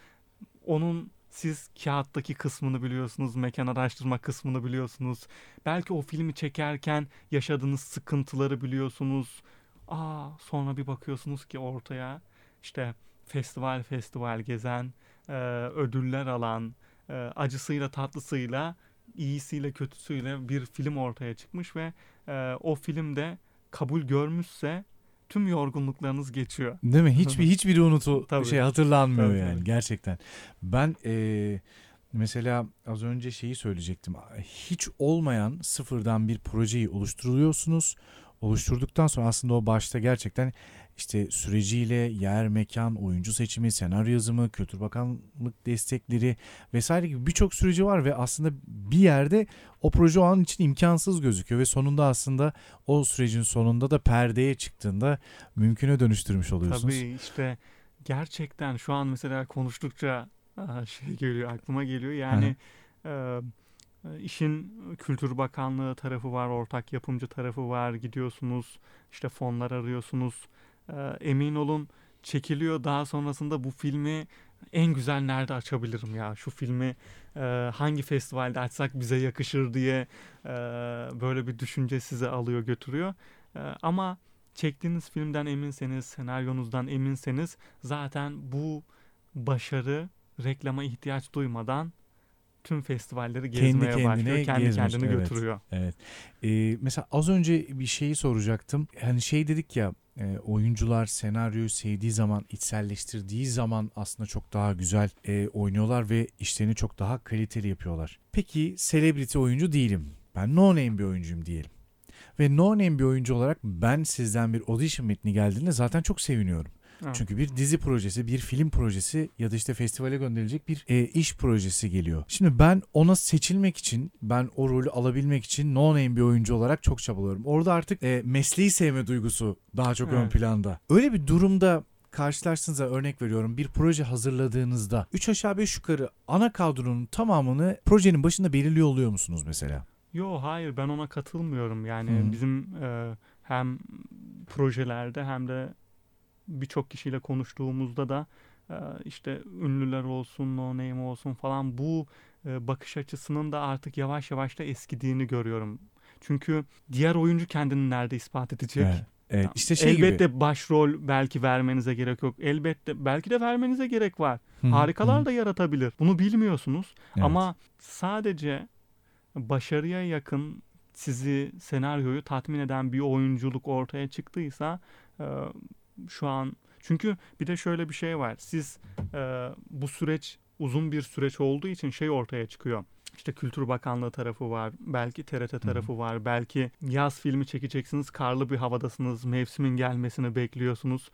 Onun siz kağıttaki kısmını biliyorsunuz, mekan araştırma kısmını biliyorsunuz. Belki o filmi çekerken yaşadığınız sıkıntıları biliyorsunuz. Aa, sonra bir bakıyorsunuz ki ortaya işte festival festival gezen, e, ödüller alan, e, acısıyla tatlısıyla, iyisiyle kötüsüyle bir film ortaya çıkmış ve e, o filmde kabul görmüşse tüm yorgunluklarınız geçiyor. Değil mi? Hiçbir hiçbiri unutu Tabii. şey hatırlanmıyor Tabii, yani tabii. gerçekten. Ben eee, mesela az önce şeyi söyleyecektim. Hiç olmayan sıfırdan bir projeyi oluşturuyorsunuz. Oluşturduktan sonra aslında o başta gerçekten işte süreciyle yer, mekan, oyuncu seçimi, senaryo yazımı, Kültür Bakanlık destekleri vesaire gibi birçok süreci var ve aslında bir yerde o proje o an için imkansız gözüküyor ve sonunda aslında o sürecin sonunda da perdeye çıktığında mümküne dönüştürmüş oluyorsunuz. Tabii işte gerçekten şu an mesela konuştukça aa, şey geliyor aklıma geliyor. Yani e, işin Kültür Bakanlığı tarafı var, ortak yapımcı tarafı var. Gidiyorsunuz işte fonlar arıyorsunuz. E, emin olun çekiliyor. Daha sonrasında bu filmi en güzel nerede açabilirim ya? Şu filmi e, hangi festivalde açsak bize yakışır diye e, böyle bir düşünce sizi alıyor götürüyor. E, ama çektiğiniz filmden eminseniz, senaryonuzdan eminseniz zaten bu başarı reklama ihtiyaç duymadan tüm festivalleri Kendi gezmeye başlıyor. kendine Kendi gezmiş. kendini Evet. götürüyor. Evet. Ee, mesela az önce bir şeyi soracaktım. Hani şey dedik ya, e, oyuncular senaryoyu sevdiği zaman, içselleştirdiği zaman aslında çok daha güzel e, oynuyorlar ve işlerini çok daha kaliteli yapıyorlar. Peki celebrity oyuncu değilim. Ben no name bir oyuncuyum diyelim. Ve no name bir oyuncu olarak ben sizden bir audition metni geldiğinde zaten çok seviniyorum. Evet. Çünkü bir dizi projesi, bir film projesi ya da işte festivale gönderilecek bir e, iş projesi geliyor. Şimdi ben ona seçilmek için, ben o rolü alabilmek için no name bir oyuncu olarak çok çabalıyorum. Orada artık e, mesleği sevme duygusu daha çok ön Evet. planda. Öyle bir durumda karşılaştığınızda, örnek veriyorum, bir proje hazırladığınızda üç aşağı beş yukarı ana kadronun tamamını projenin başında belirliyor oluyor musunuz mesela? Yo, hayır, ben ona katılmıyorum. Yani Hı. bizim e, hem projelerde hem de birçok kişiyle konuştuğumuzda da e, işte ünlüler olsun, no name olsun falan bu e, bakış açısının da artık yavaş yavaş da eskidiğini görüyorum. Çünkü diğer oyuncu kendini nerede ispat edecek? Evet. Evet, Ya, işte şey gibi. elbette başrol belki vermenize gerek yok. Elbette belki de vermenize gerek var. Hı hı, Harikalar hı. da yaratabilir. Bunu bilmiyorsunuz. Evet. Ama sadece başarıya yakın, sizi, senaryoyu tatmin eden bir oyunculuk ortaya çıktıysa e, şu an, çünkü bir de şöyle bir şey var. Siz e, bu süreç uzun bir süreç olduğu için şey ortaya çıkıyor. İşte Kültür Bakanlığı tarafı var, belki T R T tarafı var, belki yaz filmi çekeceksiniz, karlı bir havadasınız, mevsimin gelmesini bekliyorsunuz.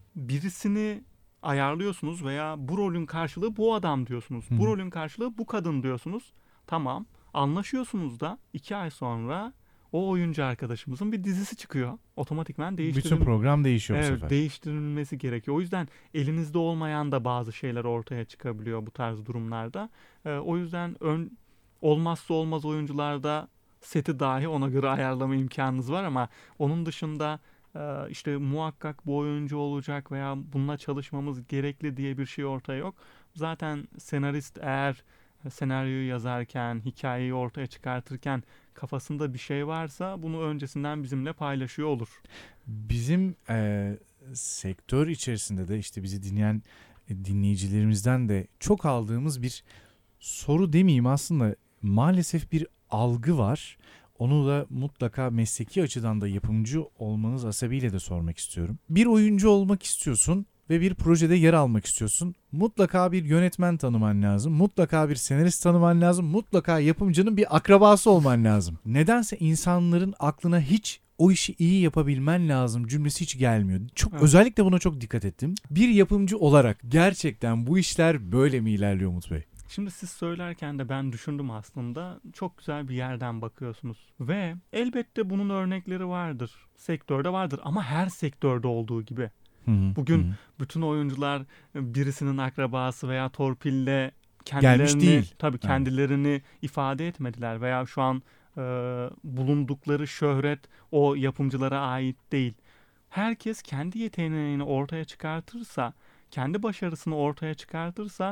Birisini ayarlıyorsunuz veya bu rolün karşılığı bu adam diyorsunuz. Hı hı. Bu rolün karşılığı bu kadın diyorsunuz. Tamam. Anlaşıyorsunuz da iki ay sonra o oyuncu arkadaşımızın bir dizisi çıkıyor. Otomatikman değiştirilmesi. Bütün program değişiyor bu Evet, sefer. değiştirilmesi gerekiyor. O yüzden elinizde olmayan da bazı şeyler ortaya çıkabiliyor bu tarz durumlarda. Ee, o yüzden ön, olmazsa olmaz oyuncularda seti dahi ona göre ayarlama imkanınız var ama onun dışında e, işte muhakkak bu oyuncu olacak veya bununla çalışmamız gerekli diye bir şey ortaya yok. Zaten senarist eğer senaryoyu yazarken, hikayeyi ortaya çıkartırken kafasında bir şey varsa bunu öncesinden bizimle paylaşıyor olur. Bizim e, sektör içerisinde de işte bizi dinleyen dinleyicilerimizden de çok aldığımız bir soru demeyeyim, aslında maalesef bir algı var. Onu da mutlaka mesleki açıdan da yapımcı olmanız hasebiyle de sormak istiyorum. Bir oyuncu olmak istiyorsun ve bir projede yer almak istiyorsun. Mutlaka bir yönetmen tanıman lazım. Mutlaka bir senarist tanıman lazım. Mutlaka yapımcının bir akrabası olman lazım. Nedense insanların aklına hiç o işi iyi yapabilmen lazım cümlesi hiç gelmiyor. Çok evet. Özellikle buna çok dikkat ettim. Bir yapımcı olarak gerçekten bu işler böyle mi ilerliyor Umut Bey? Şimdi siz söylerken de ben düşündüm aslında. Çok güzel bir yerden bakıyorsunuz. Ve elbette bunun örnekleri vardır. Sektörde vardır ama her sektörde olduğu gibi. Hı hı, Bugün hı. bütün oyuncular birisinin akrabası veya torpille kendilerini değil. Tabii kendilerini evet. ifade etmediler veya şu an e, bulundukları şöhret o yapımcılara ait değil. Herkes kendi yeteneğini ortaya çıkartırsa, kendi başarısını ortaya çıkartırsa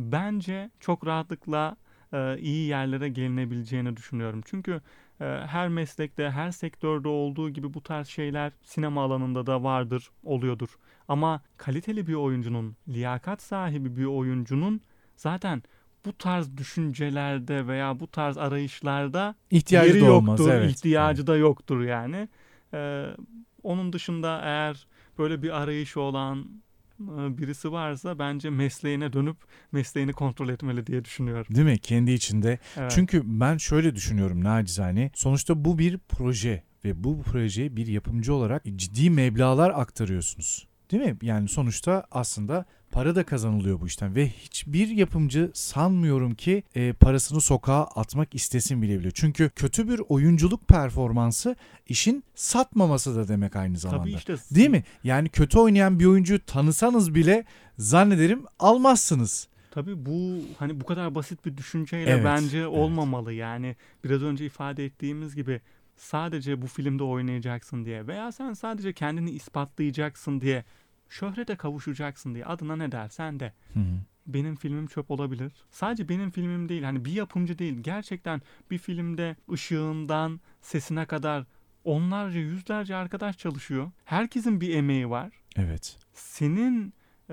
bence çok rahatlıkla e, iyi yerlere gelinebileceğini düşünüyorum. Çünkü e, her meslekte, her sektörde olduğu gibi bu tarz şeyler sinema alanında da vardır, oluyordur. Ama kaliteli bir oyuncunun, liyakat sahibi bir oyuncunun zaten bu tarz düşüncelerde veya bu tarz arayışlarda ihtiyacı yeri da yoktur, olmaz, evet. ihtiyacı evet. da yoktur yani. E, onun dışında eğer böyle bir arayışı olan birisi varsa bence mesleğine dönüp mesleğini kontrol etmeli diye düşünüyorum. Değil mi? Kendi içinde. Evet. Çünkü ben şöyle düşünüyorum nacizane. Sonuçta bu bir proje ve bu projeye bir yapımcı olarak ciddi meblağlar aktarıyorsunuz. Değil mi? Yani sonuçta aslında para da kazanılıyor bu işten ve hiçbir yapımcı sanmıyorum ki e, parasını sokağa atmak istesin bile bile. Çünkü kötü bir oyunculuk performansı işin satmaması da demek aynı zamanda. Tabii işte. Değil mi? Yani kötü oynayan bir oyuncuyu tanısanız bile zannederim almazsınız. Tabii bu hani bu kadar basit bir düşünceyle evet, bence olmamalı. Evet. Yani biraz önce ifade ettiğimiz gibi sadece bu filmde oynayacaksın diye veya sen sadece kendini ispatlayacaksın diye, şöhrete kavuşacaksın diye, adına ne dersen de. Hı hı. Benim filmim çöp olabilir. Sadece benim filmim değil, hani bir yapımcı değil, gerçekten bir filmde ışığından sesine kadar onlarca, yüzlerce arkadaş çalışıyor. Herkesin bir emeği var. Evet. Senin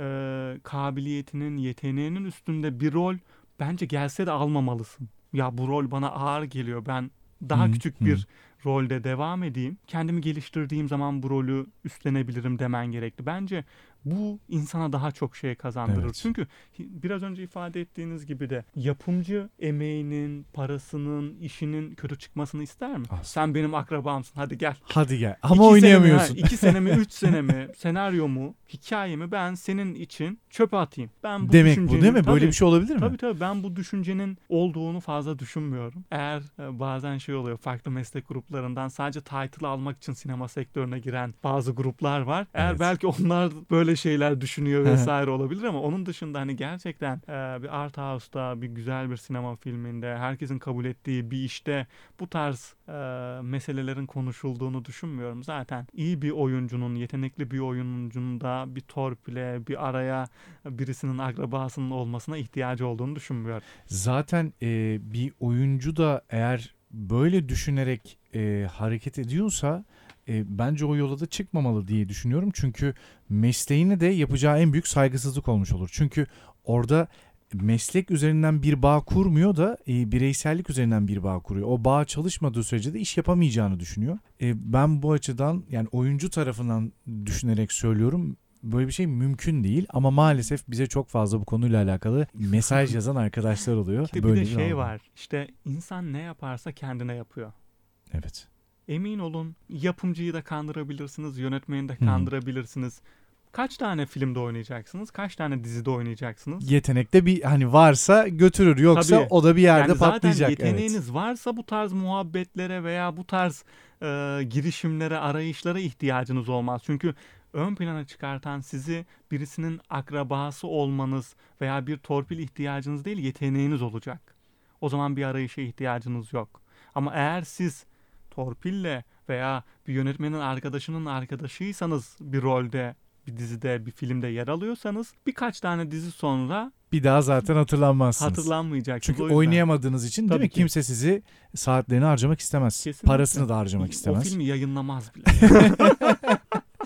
e, kabiliyetinin, yeteneğinin üstünde bir rol bence gelse de almamalısın. Ya bu rol bana ağır geliyor, ben daha hı, küçük hı. bir rolde devam edeyim. Kendimi geliştirdiğim zaman bu rolü üstlenebilirim demen gerekli. Bence bu insana daha çok şey kazandırır. Evet. Çünkü biraz önce ifade ettiğiniz gibi de yapımcı emeğinin, parasının, işinin kötü çıkmasını ister mi? Aslında. Sen benim akrabamsın, hadi gel. Hadi gel. Ama iki oynayamıyorsun. Sene mi, iki sene mi, üç sene mi, senaryomu, hikayemi ben senin için çöpe atayım. Ben bu Demek bu değil mi? Tabii, Böyle bir şey olabilir mi? Tabii tabii, ben bu düşüncenin olduğunu fazla düşünmüyorum. Eğer e, bazen şey oluyor, farklı meslek gruplarından sadece title almak için sinema sektörüne giren bazı gruplar var. Eğer Evet. belki onlar böyle şeyler düşünüyor vesaire olabilir ama onun dışında hani gerçekten e, bir art house'da, bir güzel bir sinema filminde, herkesin kabul ettiği bir işte bu tarz e, meselelerin konuşulduğunu düşünmüyorum. Zaten iyi bir oyuncunun, yetenekli bir oyuncunun da bir torpile, bir araya birisinin akrabasının olmasına ihtiyacı olduğunu düşünmüyorum. Zaten e, bir oyuncu da eğer böyle düşünerek e, hareket ediyorsa e, bence o yola da çıkmamalı diye düşünüyorum. Çünkü mesleğine de yapacağı en büyük saygısızlık olmuş olur. Çünkü orada meslek üzerinden bir bağ kurmuyor da e, bireysellik üzerinden bir bağ kuruyor. O bağ çalışmadığı sürece de iş yapamayacağını düşünüyor. E, ben bu açıdan, yani oyuncu tarafından düşünerek söylüyorum. Böyle bir şey mümkün değil ama maalesef bize çok fazla bu konuyla alakalı mesaj yazan arkadaşlar oluyor. İşte Böyle bir de şey aldım. var. İşte insan ne yaparsa kendine yapıyor. Evet. Emin olun, yapımcıyı da kandırabilirsiniz, yönetmeni de kandırabilirsiniz. Kaç tane filmde oynayacaksınız? Kaç tane dizide oynayacaksınız? Yetenekte bir hani varsa götürür, yoksa Tabii. o da bir yerde yani patlayacak. Zaten yeteneğiniz evet. varsa bu tarz muhabbetlere veya bu tarz e, girişimlere, arayışlara ihtiyacınız olmaz. Çünkü ön plana çıkartan sizi birisinin akrabası olmanız veya bir torpil ihtiyacınız değil, yeteneğiniz olacak. O zaman bir arayışa ihtiyacınız yok. Ama eğer siz torpille veya bir yönetmenin arkadaşının arkadaşıysanız, bir rolde, bir dizide, bir filmde yer alıyorsanız, birkaç tane dizi sonra bir daha zaten hatırlanmazsınız. Hatırlanmayacaksınız. Çünkü oynayamadığınız için değil mi? Ki. Kimse sizi saatlerini harcamak istemez. Kesinlikle. Parasını da harcamak istemez. O filmi yayınlamaz bile.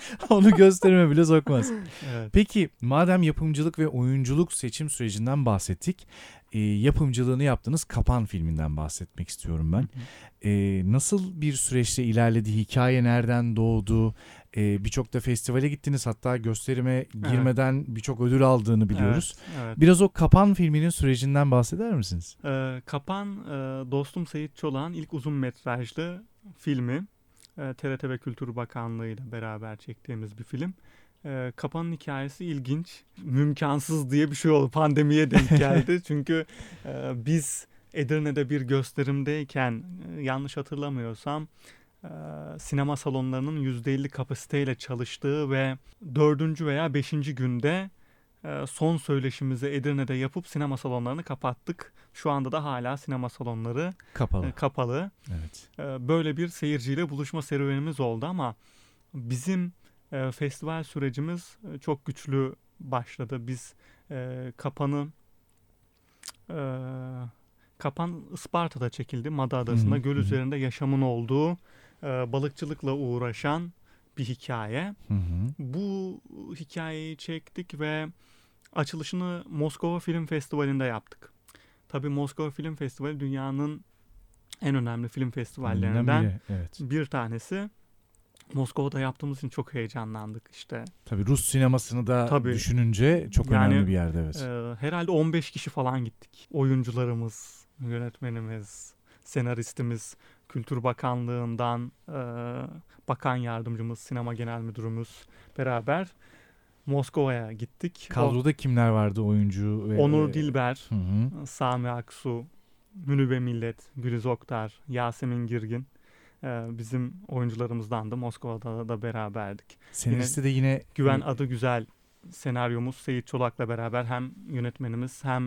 Onu gösterime bile sokmaz. Evet. Peki madem yapımcılık ve oyunculuk seçim sürecinden bahsettik. E, yapımcılığını yaptığınız Kapan filminden bahsetmek istiyorum ben. E, nasıl bir süreçte ilerledi? Hikaye nereden doğdu? E, birçok da festivale gittiniz. Hatta gösterime girmeden evet. birçok ödül aldığını biliyoruz. Evet, evet. Biraz o Kapan filminin sürecinden bahseder misiniz? E, Kapan, e, dostum Seyit Çolak'ın ilk uzun metrajlı filmi. E, T R T ve Kültür Bakanlığı ile beraber çektiğimiz bir film. E, Kapan'ın hikayesi ilginç. Mümkansız diye bir şey oldu. Pandemiye denk geldi. Çünkü e, biz Edirne'de bir gösterimdeyken e, yanlış hatırlamıyorsam e, sinema salonlarının yüzde elli kapasiteyle çalıştığı ve dördüncü veya beşinci günde e, son söyleşimizi Edirne'de yapıp sinema salonlarını kapattık. Şu anda da hala sinema salonları kapalı. E, kapalı. Evet. E, böyle bir seyirciyle buluşma serüvenimiz oldu ama bizim e, festival sürecimiz e, çok güçlü başladı. Biz e, Kapan'ı e, Kapan Isparta'da çekildi. Mada Adası'nda. Göl üzerinde yaşamın olduğu e, balıkçılıkla uğraşan bir hikaye. Hı hı. Bu hikayeyi çektik ve açılışını Moskova Film Festivali'nde yaptık. Tabii Moskova Film Festivali dünyanın en önemli film festivallerinden biri, evet. bir tanesi. Moskova'da yaptığımız için çok heyecanlandık işte. Tabii Rus sinemasını da Tabii. düşününce çok yani, önemli bir yerde, evet. E, herhalde on beş kişi falan gittik. Oyuncularımız, yönetmenimiz, senaristimiz, Kültür Bakanlığı'ndan e, bakan yardımcımız, sinema genel müdürümüz beraber Moskova'ya gittik. Kadroda o, kimler vardı oyuncu? Ve, Onur Dilber, hı hı. Sami Aksu, Münübe Millet, Güliz Oktar, Yasemin Girgin. Bizim oyuncularımızdan da Moskova'da da beraberdik. Senaristi yine, de yine Güven Adı Güzel senaryomuz Seyit Çolak'la beraber hem yönetmenimiz hem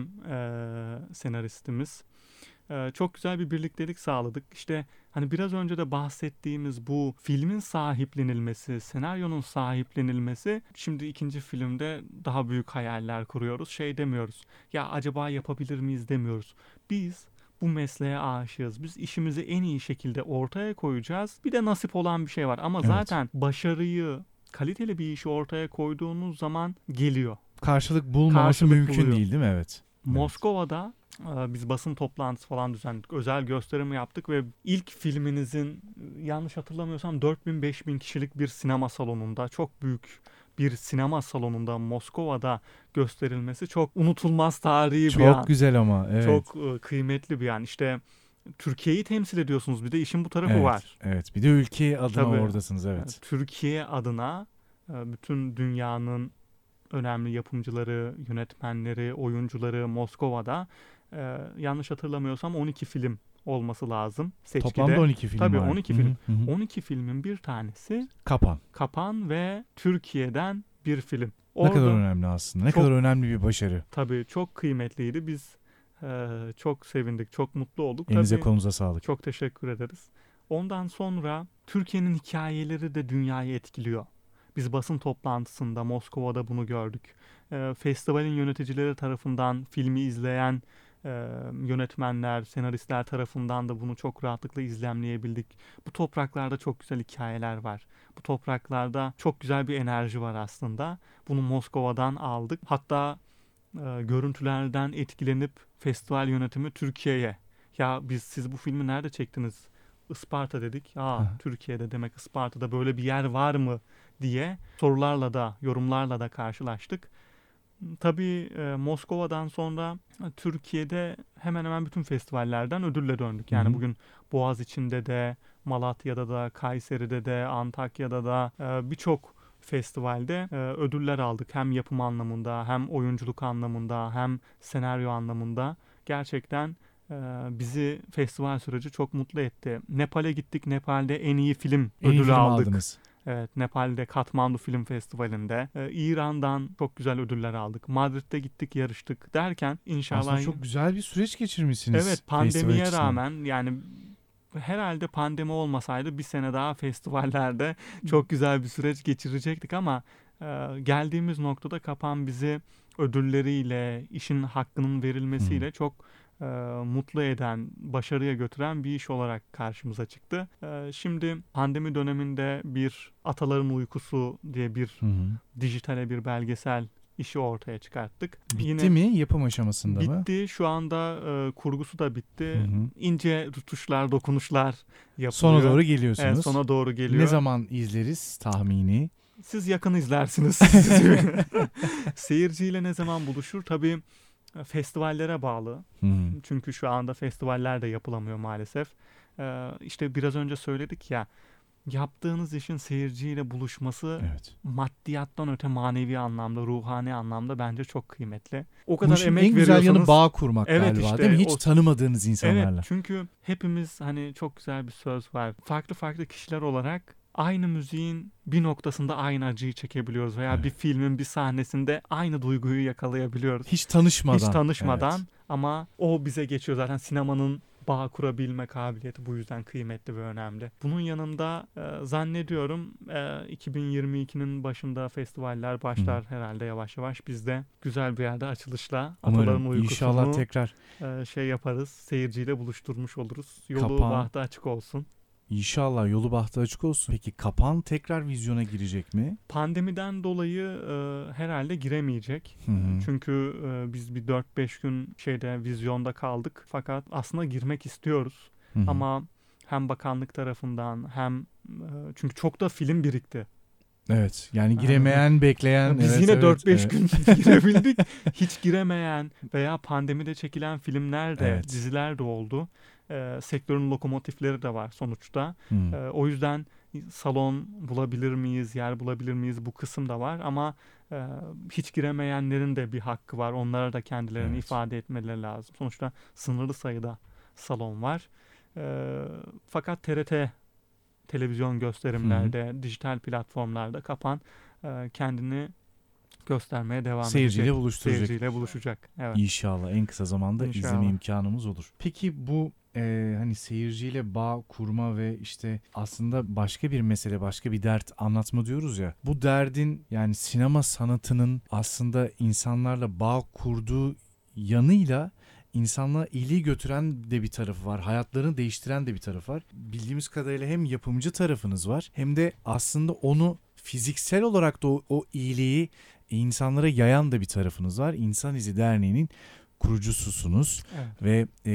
e, senaristimiz. E, çok güzel bir birliktelik sağladık. İşte hani biraz önce de bahsettiğimiz bu filmin sahiplenilmesi, senaryonun sahiplenilmesi. Şimdi ikinci filmde daha büyük hayaller kuruyoruz. Şey demiyoruz. Ya acaba yapabilir miyiz demiyoruz. Biz bu mesleğe aşığız. Biz işimizi en iyi şekilde ortaya koyacağız. Bir de nasip olan bir şey var. Ama evet. zaten başarıyı, kaliteli bir işi ortaya koyduğunuz zaman geliyor. Karşılık bulmaması Karşılık mümkün buluyor. değil değil mi? Evet. Moskova'da evet. biz basın toplantısı falan düzenledik. Özel gösterim yaptık ve ilk filminizin yanlış hatırlamıyorsam dört bin beş bin kişilik bir sinema salonunda, çok büyük bir sinema salonunda Moskova'da gösterilmesi çok unutulmaz tarihi çok bir an. Çok güzel ama. Evet. Çok e, kıymetli bir an. İşte Türkiye'yi temsil ediyorsunuz. Bir de işin bu tarafı evet, var. Evet. Bir de ülke adına Tabii, oradasınız. Evet. Türkiye adına e, bütün dünyanın önemli yapımcıları, yönetmenleri, oyuncuları Moskova'da e, yanlış hatırlamıyorsam on iki film olması lazım seçkide. Toplamda on iki film Tabii var. on iki film. Hı hı. on iki filmin bir tanesi Kapan. Kapan ve Türkiye'den bir film. Orada ne kadar önemli aslında. Ne çok, kadar önemli bir başarı. Tabii çok kıymetliydi. Biz e, çok sevindik, çok mutlu olduk. Elinize tabii, kolunuza sağlık. Çok teşekkür ederiz. Ondan sonra Türkiye'nin hikayeleri de dünyayı etkiliyor. Biz basın toplantısında Moskova'da bunu gördük. E, festivalin yöneticileri tarafından filmi izleyen e, yönetmenler, senaristler tarafından da bunu çok rahatlıkla izlemleyebildik. Bu topraklarda çok güzel hikayeler var. Bu topraklarda çok güzel bir enerji var aslında. Bunu Moskova'dan aldık. Hatta e, görüntülerden etkilenip festival yönetimi Türkiye'ye. Ya biz siz bu filmi nerede çektiniz? Isparta dedik. Aa, Türkiye'de demek Isparta'da böyle bir yer var mı diye sorularla da, yorumlarla da karşılaştık. Tabii e, Moskova'dan sonra Türkiye'de hemen hemen bütün festivallerden ödülle döndük. Yani Hı-hı. bugün Boğaziçi'nde de, Malatya'da da, Kayseri'de de, Antakya'da da e, birçok festivalde e, ödüller aldık. Hem yapım anlamında, hem oyunculuk anlamında, hem senaryo anlamında. Gerçekten e, bizi festival süreci çok mutlu etti. Nepal'e gittik. Nepal'de en iyi film en ödülü iyi film aldık. Aldınız. Evet, Nepal'de Katmandu Film Festivali'nde. Ee, İran'dan çok güzel ödüller aldık. Madrid'de gittik, yarıştık derken inşallah... Aslında çok güzel bir süreç geçirmişsiniz. Evet, pandemiye rağmen yani herhalde pandemi olmasaydı bir sene daha festivallerde çok güzel bir süreç geçirecektik ama e, geldiğimiz noktada Kapan bizi ödülleriyle, işin hakkının verilmesiyle hmm. çok e, mutlu eden, başarıya götüren bir iş olarak karşımıza çıktı. E, şimdi pandemi döneminde bir Ataların Uykusu diye bir Hı hı. dijitale bir belgesel işi ortaya çıkarttık. Bitti Yine mi? Yapım aşamasında bitti. mı? Bitti. Şu anda e, kurgusu da bitti. Hı hı. İnce rötuşlar, dokunuşlar yapılıyor. Sona doğru geliyorsunuz. Evet, sona doğru geliyor. Ne zaman izleriz tahmini? Siz yakın izlersiniz. Seyirciyle ne zaman buluşur? Tabii festivallere bağlı. Hı. Çünkü şu anda festivaller de yapılamıyor maalesef. Ee, işte biraz önce söyledik ya, yaptığınız işin seyirciyle buluşması Evet. maddiyattan öte manevi anlamda, ruhani anlamda bence çok kıymetli. O Bu kadar işin emek en güzel veriyorsunuz. yanı bağ kurmak Evet, galiba işte değil mi? Hiç o- tanımadığınız insanlarla. Evet, çünkü hepimiz, hani çok güzel bir söz var. Farklı farklı kişiler olarak aynı müziğin bir noktasında aynı acıyı çekebiliyoruz veya Evet. bir filmin bir sahnesinde aynı duyguyu yakalayabiliyoruz. Hiç tanışmadan. Hiç tanışmadan, Evet. ama o bize geçiyor zaten. Sinemanın bağ kurabilme kabiliyeti bu yüzden kıymetli ve önemli. Bunun yanında e, zannediyorum e, iki bin yirmi ikinin başında festivaller başlar herhalde yavaş yavaş. Biz de güzel bir yerde açılışla Ataların Umarım Uykusu'nu inşallah tekrar e, şey yaparız. Seyirciyle buluşturmuş oluruz. Yolu Kapan- bahtı açık olsun. inşallah yolu bahtı açık olsun. Peki Kapan tekrar vizyona girecek mi? Pandemiden dolayı e, herhalde giremeyecek. Hı hı. Çünkü e, biz bir dört beş gün şeyde vizyonda kaldık. Fakat aslında girmek istiyoruz. Hı hı. Ama hem bakanlık tarafından hem e, çünkü çok da film birikti. Evet. Yani giremeyen, bekleyen. Biz evet, yine evet, dört beş evet. gün girebildik. Hiç giremeyen veya pandemide çekilen filmler de, Evet. diziler de oldu. E, sektörün lokomotifleri de var sonuçta. Hı. E, o yüzden salon bulabilir miyiz, yer bulabilir miyiz, bu kısım da var. Ama e, hiç giremeyenlerin de bir hakkı var. Onlara da kendilerini Evet. ifade etmeleri lazım. Sonuçta sınırlı sayıda salon var. E, fakat T R T televizyon gösterimlerde, dijital platformlarda Kapan e, kendini göstermeye devam Seyirciyle edecek. buluşturacak. Seyirciyle buluşacak. Evet. İnşallah en kısa zamanda İnşallah. izleme imkanımız olur. Peki bu e, hani seyirciyle bağ kurma ve işte aslında başka bir mesele, başka bir dert anlatma diyoruz ya. Bu derdin, yani sinema sanatının aslında insanlarla bağ kurduğu yanıyla insanlığa iyiliği götüren de bir tarafı var. Hayatlarını değiştiren de bir tarafı var. Bildiğimiz kadarıyla hem yapımcı tarafınız var, hem de aslında onu fiziksel olarak da o, o iyiliği insanlara yayan da bir tarafınız var. İnsan İzi Derneği'nin kurucususunuz Evet. ve e,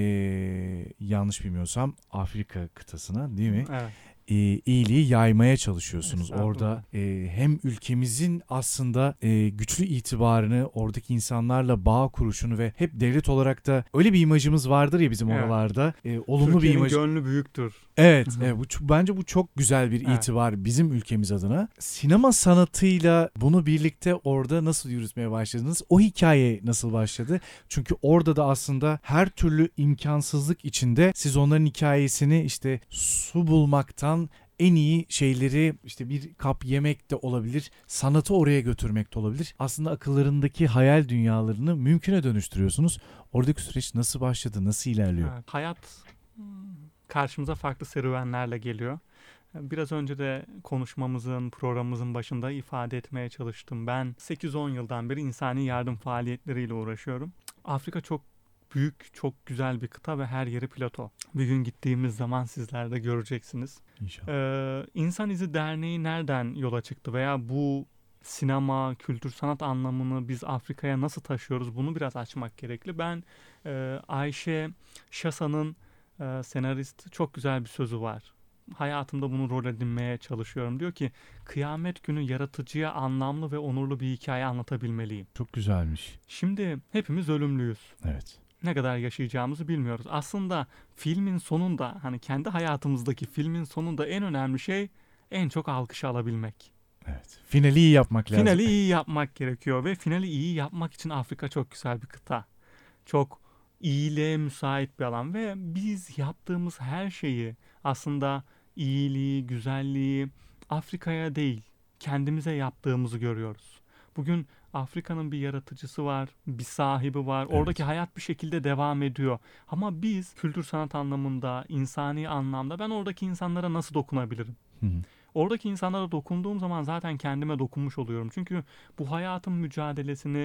yanlış bilmiyorsam Afrika kıtasına, değil mi? Evet. E, iyiliği yaymaya çalışıyorsunuz. Estağfurullah. Orada e, hem ülkemizin aslında e, güçlü itibarını, oradaki insanlarla bağ kuruşunu ve hep devlet olarak da öyle bir imajımız vardır ya bizim Evet. oralarda. E, olumlu bir Türkiye'nin imaj. gönlü büyüktür. Evet, evet bu, bence bu çok güzel bir Evet. itibar bizim ülkemiz adına. Sinema sanatıyla bunu birlikte orada nasıl yürütmeye başladınız? O hikaye nasıl başladı? Çünkü orada da aslında her türlü imkansızlık içinde siz onların hikayesini işte su bulmaktan en iyi şeyleri, işte bir kap yemek de olabilir, sanatı oraya götürmek de olabilir. Aslında akıllarındaki hayal dünyalarını mümküne dönüştürüyorsunuz. Oradaki süreç nasıl başladı, nasıl ilerliyor? Evet. Hayat hmm, karşımıza farklı serüvenlerle geliyor. Biraz önce de konuşmamızın, programımızın başında ifade etmeye çalıştım. Ben sekiz on yıldan beri insani yardım faaliyetleriyle uğraşıyorum. Afrika çok büyük, çok güzel bir kıta ve her yeri plato. Bir gün gittiğimiz zaman sizler de göreceksiniz. İnşallah. Ee, İnsan İzi Derneği nereden yola çıktı veya bu sinema, kültür, sanat anlamını biz Afrika'ya nasıl taşıyoruz, bunu biraz açmak gerekli. Ben e, Ayşe Şasa'nın e, senarist çok güzel bir sözü var. Hayatımda bunu rol edinmeye çalışıyorum. Diyor ki, kıyamet günü yaratıcıya anlamlı ve onurlu bir hikaye anlatabilmeliyim. Çok güzelmiş. Şimdi hepimiz ölümlüyüz. Evet. Ne kadar yaşayacağımızı bilmiyoruz. Aslında filmin sonunda, hani kendi hayatımızdaki filmin sonunda en önemli şey en çok alkışı alabilmek. Evet. Finali iyi yapmak lazım. Finali iyi yapmak gerekiyor ve finali iyi yapmak için Afrika çok güzel bir kıta. Çok iyiliğe müsait bir alan ve biz yaptığımız her şeyi, aslında iyiliği, güzelliği Afrika'ya değil, kendimize yaptığımızı görüyoruz. Bugün Afrika'nın bir yaratıcısı var, bir sahibi var. Evet. Oradaki hayat bir şekilde devam ediyor. Ama biz kültür sanat anlamında, insani anlamda ben oradaki insanlara nasıl dokunabilirim? Hı hı. Oradaki insanlara dokunduğum zaman zaten kendime dokunmuş oluyorum. Çünkü bu hayatın mücadelesini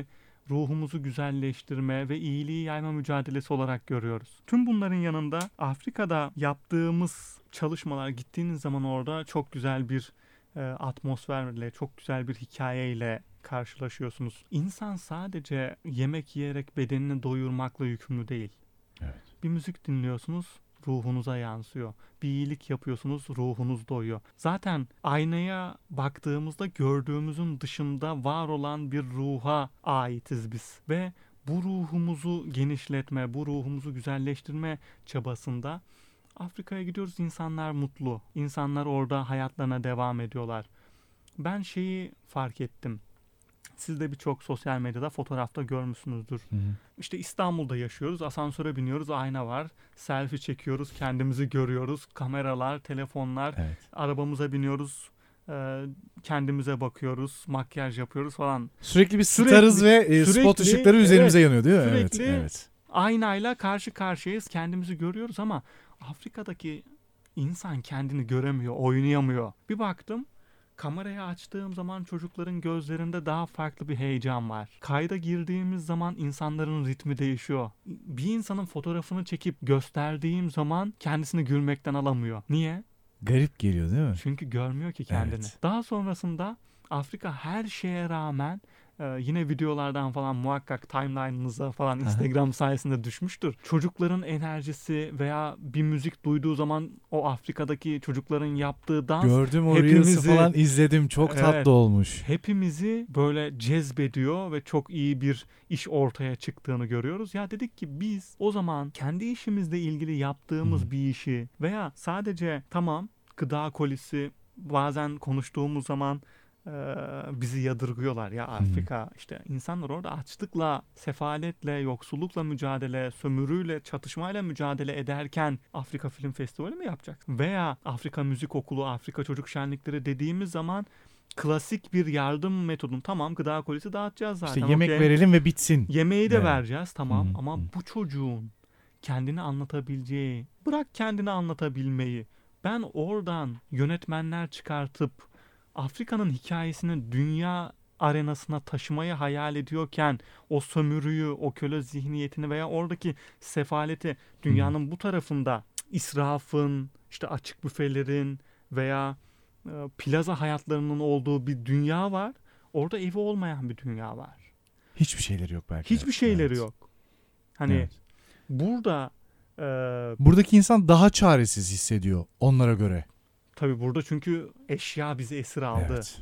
ruhumuzu güzelleştirme ve iyiliği yayma mücadelesi olarak görüyoruz. Tüm bunların yanında Afrika'da yaptığımız çalışmalar, gittiğiniz zaman orada çok güzel bir e, atmosferle, çok güzel bir hikayeyle karşılaşıyorsunuz. İnsan sadece yemek yiyerek bedenini doyurmakla yükümlü değil. Evet. Bir müzik dinliyorsunuz, ruhunuza yansıyor. Bir iyilik yapıyorsunuz, ruhunuz doyuyor. Zaten aynaya baktığımızda gördüğümüzün dışında var olan bir ruha aitiz biz. Ve bu ruhumuzu genişletme, bu ruhumuzu güzelleştirme çabasında Afrika'ya gidiyoruz, insanlar mutlu. İnsanlar orada hayatlarına devam ediyorlar. Ben şeyi fark ettim. Siz de birçok sosyal medyada, fotoğrafta görmüşsünüzdür. Hı hı. İşte İstanbul'da yaşıyoruz. Asansöre biniyoruz. Ayna var. Selfie çekiyoruz. Kendimizi görüyoruz. Kameralar, telefonlar. Evet. Arabamıza biniyoruz. e, Kendimize bakıyoruz. Makyaj yapıyoruz falan. Sürekli bir Sürekli- starız ve e, sürekli- spot ışıkları üzerimize yanıyor değil mi? sürekli- Evet. Evet. Aynayla karşı karşıyayız. Kendimizi görüyoruz ama Afrika'daki insan kendini göremiyor, oynayamıyor. Bir baktım, kamerayı açtığım zaman çocukların gözlerinde daha farklı bir heyecan var. Kayda girdiğimiz zaman insanların ritmi değişiyor. Bir insanın fotoğrafını çekip gösterdiğim zaman kendisini gülmekten alamıyor. Niye? Garip geliyor değil mi? Çünkü görmüyor ki kendini. Evet. Daha sonrasında Afrika her şeye rağmen e, yine videolardan falan muhakkak timeline'ınıza falan Aha. Instagram sayesinde düşmüştür. Çocukların enerjisi veya bir müzik duyduğu zaman o Afrika'daki çocukların yaptığı dans Gördüm o hepimizi- Reels'ı falan izledim. Çok Evet. tatlı olmuş. hepimizi böyle cezbediyor ve çok iyi bir iş ortaya çıktığını görüyoruz. Ya dedik ki biz o zaman kendi işimizle ilgili yaptığımız Hı. bir işi veya sadece tamam gıda kolisi bazen konuştuğumuz zaman e, bizi yadırgıyorlar. Ya Afrika işte insanlar orada açlıkla, sefaletle, yoksullukla mücadele, sömürüyle, çatışmayla mücadele ederken Afrika Film Festivali mi yapacaksın? Veya Afrika Müzik Okulu, Afrika Çocuk Şenlikleri dediğimiz zaman klasik bir yardım metodun. Tamam gıda kolisi dağıtacağız zaten. İşte yemek okey. verelim ve bitsin. Yemeği de Evet. vereceğiz tamam Hı hı, ama hı. bu çocuğun kendini anlatabileceği, bırak kendini anlatabilmeyi, ben oradan yönetmenler çıkartıp Afrika'nın hikayesini dünya arenasına taşımayı hayal ediyorken o sömürüyü, o köle zihniyetini veya oradaki sefaleti dünyanın bu tarafında israfın, işte açık büfelerin veya e, plaza hayatlarının olduğu bir dünya var. Orada evi olmayan bir dünya var. Hiçbir şeyleri yok belki. Hiçbir şeyleri Evet. yok. Hani Evet. burada e, Buradaki insan daha çaresiz hissediyor onlara göre. tabii burada çünkü eşya bizi esir aldı. Evet.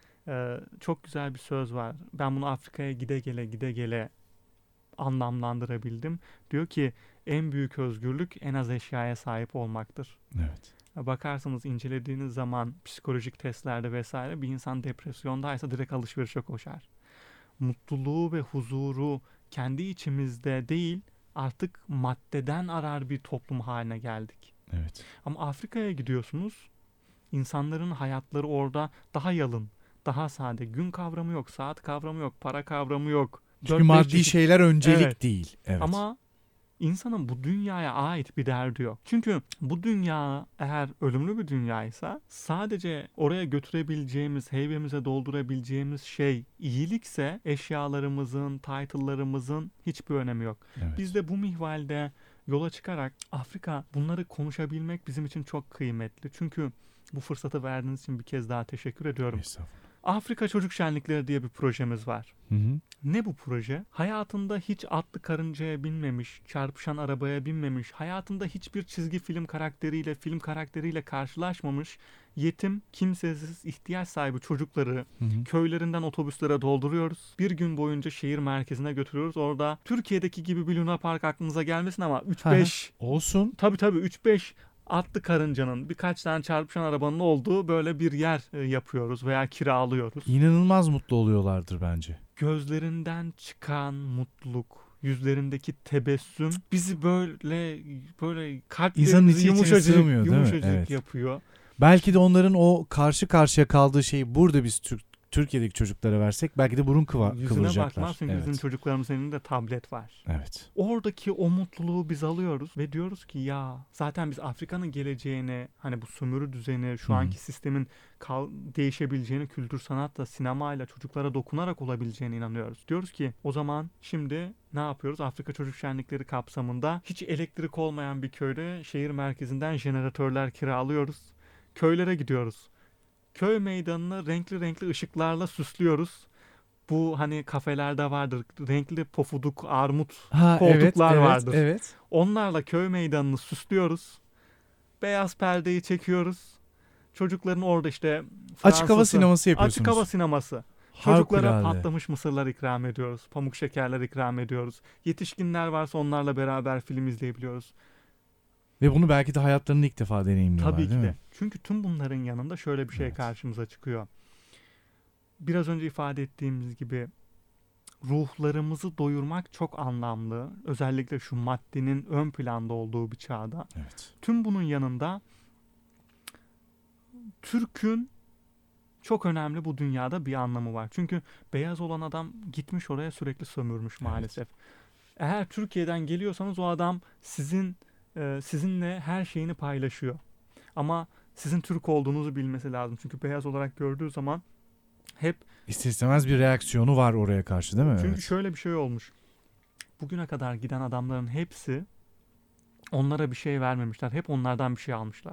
E, çok güzel bir söz var. Ben bunu Afrika'ya gide gele gide gele anlamlandırabildim. Diyor ki en büyük özgürlük en az eşyaya sahip olmaktır. Evet. Bakarsanız incelediğiniz zaman psikolojik testlerde vesaire bir insan depresyondaysa direkt alışverişe koşar. Mutluluğu ve huzuru kendi içimizde değil artık maddeden arar bir toplum haline geldik. Evet. Ama Afrika'ya gidiyorsunuz, insanların hayatları orada daha yalın, daha sade. Gün kavramı yok, saat kavramı yok, para kavramı yok. Çünkü Dört beş maddi çeşit- şeyler öncelik Evet. değil. Evet. Ama insanın bu dünyaya ait bir derdi yok. Çünkü bu dünya eğer ölümlü bir dünyaysa sadece oraya götürebileceğimiz, heybemize doldurabileceğimiz şey iyilikse eşyalarımızın, title'larımızın hiçbir önemi yok. Evet. Biz de bu mihvalde yola çıkarak Afrika bunları konuşabilmek bizim için çok kıymetli. Çünkü bu fırsatı verdiğiniz için bir kez daha teşekkür ediyorum. Estağfurullah. Afrika Çocuk Şenlikleri diye bir projemiz var. Hı hı. Ne bu proje? Hayatında hiç atlı karıncaya binmemiş, çarpışan arabaya binmemiş, hayatında hiçbir çizgi film karakteriyle, film karakteriyle karşılaşmamış, yetim, kimsesiz, ihtiyaç sahibi çocukları Hı hı. köylerinden otobüslere dolduruyoruz. Bir gün boyunca şehir merkezine götürüyoruz. Orada Türkiye'deki gibi bir Luna Park aklınıza gelmesin ama üç beş Olsun. tabii tabii üç beş atlı karıncanın, birkaç tane çarpışan arabanın olduğu böyle bir yer e, yapıyoruz veya kiralıyoruz. İnanılmaz mutlu oluyorlardır bence. Gözlerinden çıkan mutluluk, yüzlerindeki tebessüm bizi böyle böyle İnsanın kalplerimizi içi içine yumuşacık, sığmıyor, değil mi? yumuşacık Evet. yapıyor. Belki de onların o karşı karşıya kaldığı şeyi burada biz Türk Türkiye'deki çocuklara versek belki de burun kıva- Yüzüne kıvıracaklar. bakmaz çünkü Evet. bizim çocuklarımızın elinde tablet var. Evet. Oradaki o mutluluğu biz alıyoruz ve diyoruz ki ya zaten biz Afrika'nın geleceğine, hani bu sömürü düzeni, şu Hı-hı. anki sistemin kal- değişebileceğini, kültür sanatla, sinemayla çocuklara dokunarak olabileceğine inanıyoruz. Diyoruz ki o zaman şimdi ne yapıyoruz? Afrika Çocuk Şenlikleri kapsamında hiç elektrik olmayan bir köyde şehir merkezinden jeneratörler kiralıyoruz. Köylere gidiyoruz. Köy meydanını renkli renkli ışıklarla süslüyoruz. Bu hani kafelerde vardır. Renkli pofuduk, armut Ha, evet, koltuklar evet, vardır. evet. Onlarla köy meydanını süslüyoruz. Beyaz perdeyi çekiyoruz. Çocukların orada işte Açık hava Fransızı, sineması yapıyorsunuz. açık hava sineması. Çocuklara Harikulade. patlamış mısırlar ikram ediyoruz. Pamuk şekerler ikram ediyoruz. Yetişkinler varsa onlarla beraber film izleyebiliyoruz. Ve bunu belki de hayatlarında ilk defa deneyimliyorlar, Tabii ki değil de. mi? Çünkü tüm bunların yanında şöyle bir şey Evet. karşımıza çıkıyor. Biraz önce ifade ettiğimiz gibi ruhlarımızı doyurmak çok anlamlı. Özellikle şu maddenin ön planda olduğu bir çağda. Evet. Tüm bunun yanında Türk'ün çok önemli bu dünyada bir anlamı var. Çünkü beyaz olan adam gitmiş oraya sürekli sömürmüş maalesef. Evet. Eğer Türkiye'den geliyorsanız o adam sizin e, sizinle her şeyini paylaşıyor. Ama sizin Türk olduğunuzu bilmesi lazım. Çünkü beyaz olarak gördüğü zaman hep İster istemez bir reaksiyonu var oraya karşı, değil mi? Çünkü Evet. şöyle bir şey olmuş. Bugüne kadar giden adamların hepsi onlara bir şey vermemişler. Hep onlardan bir şey almışlar.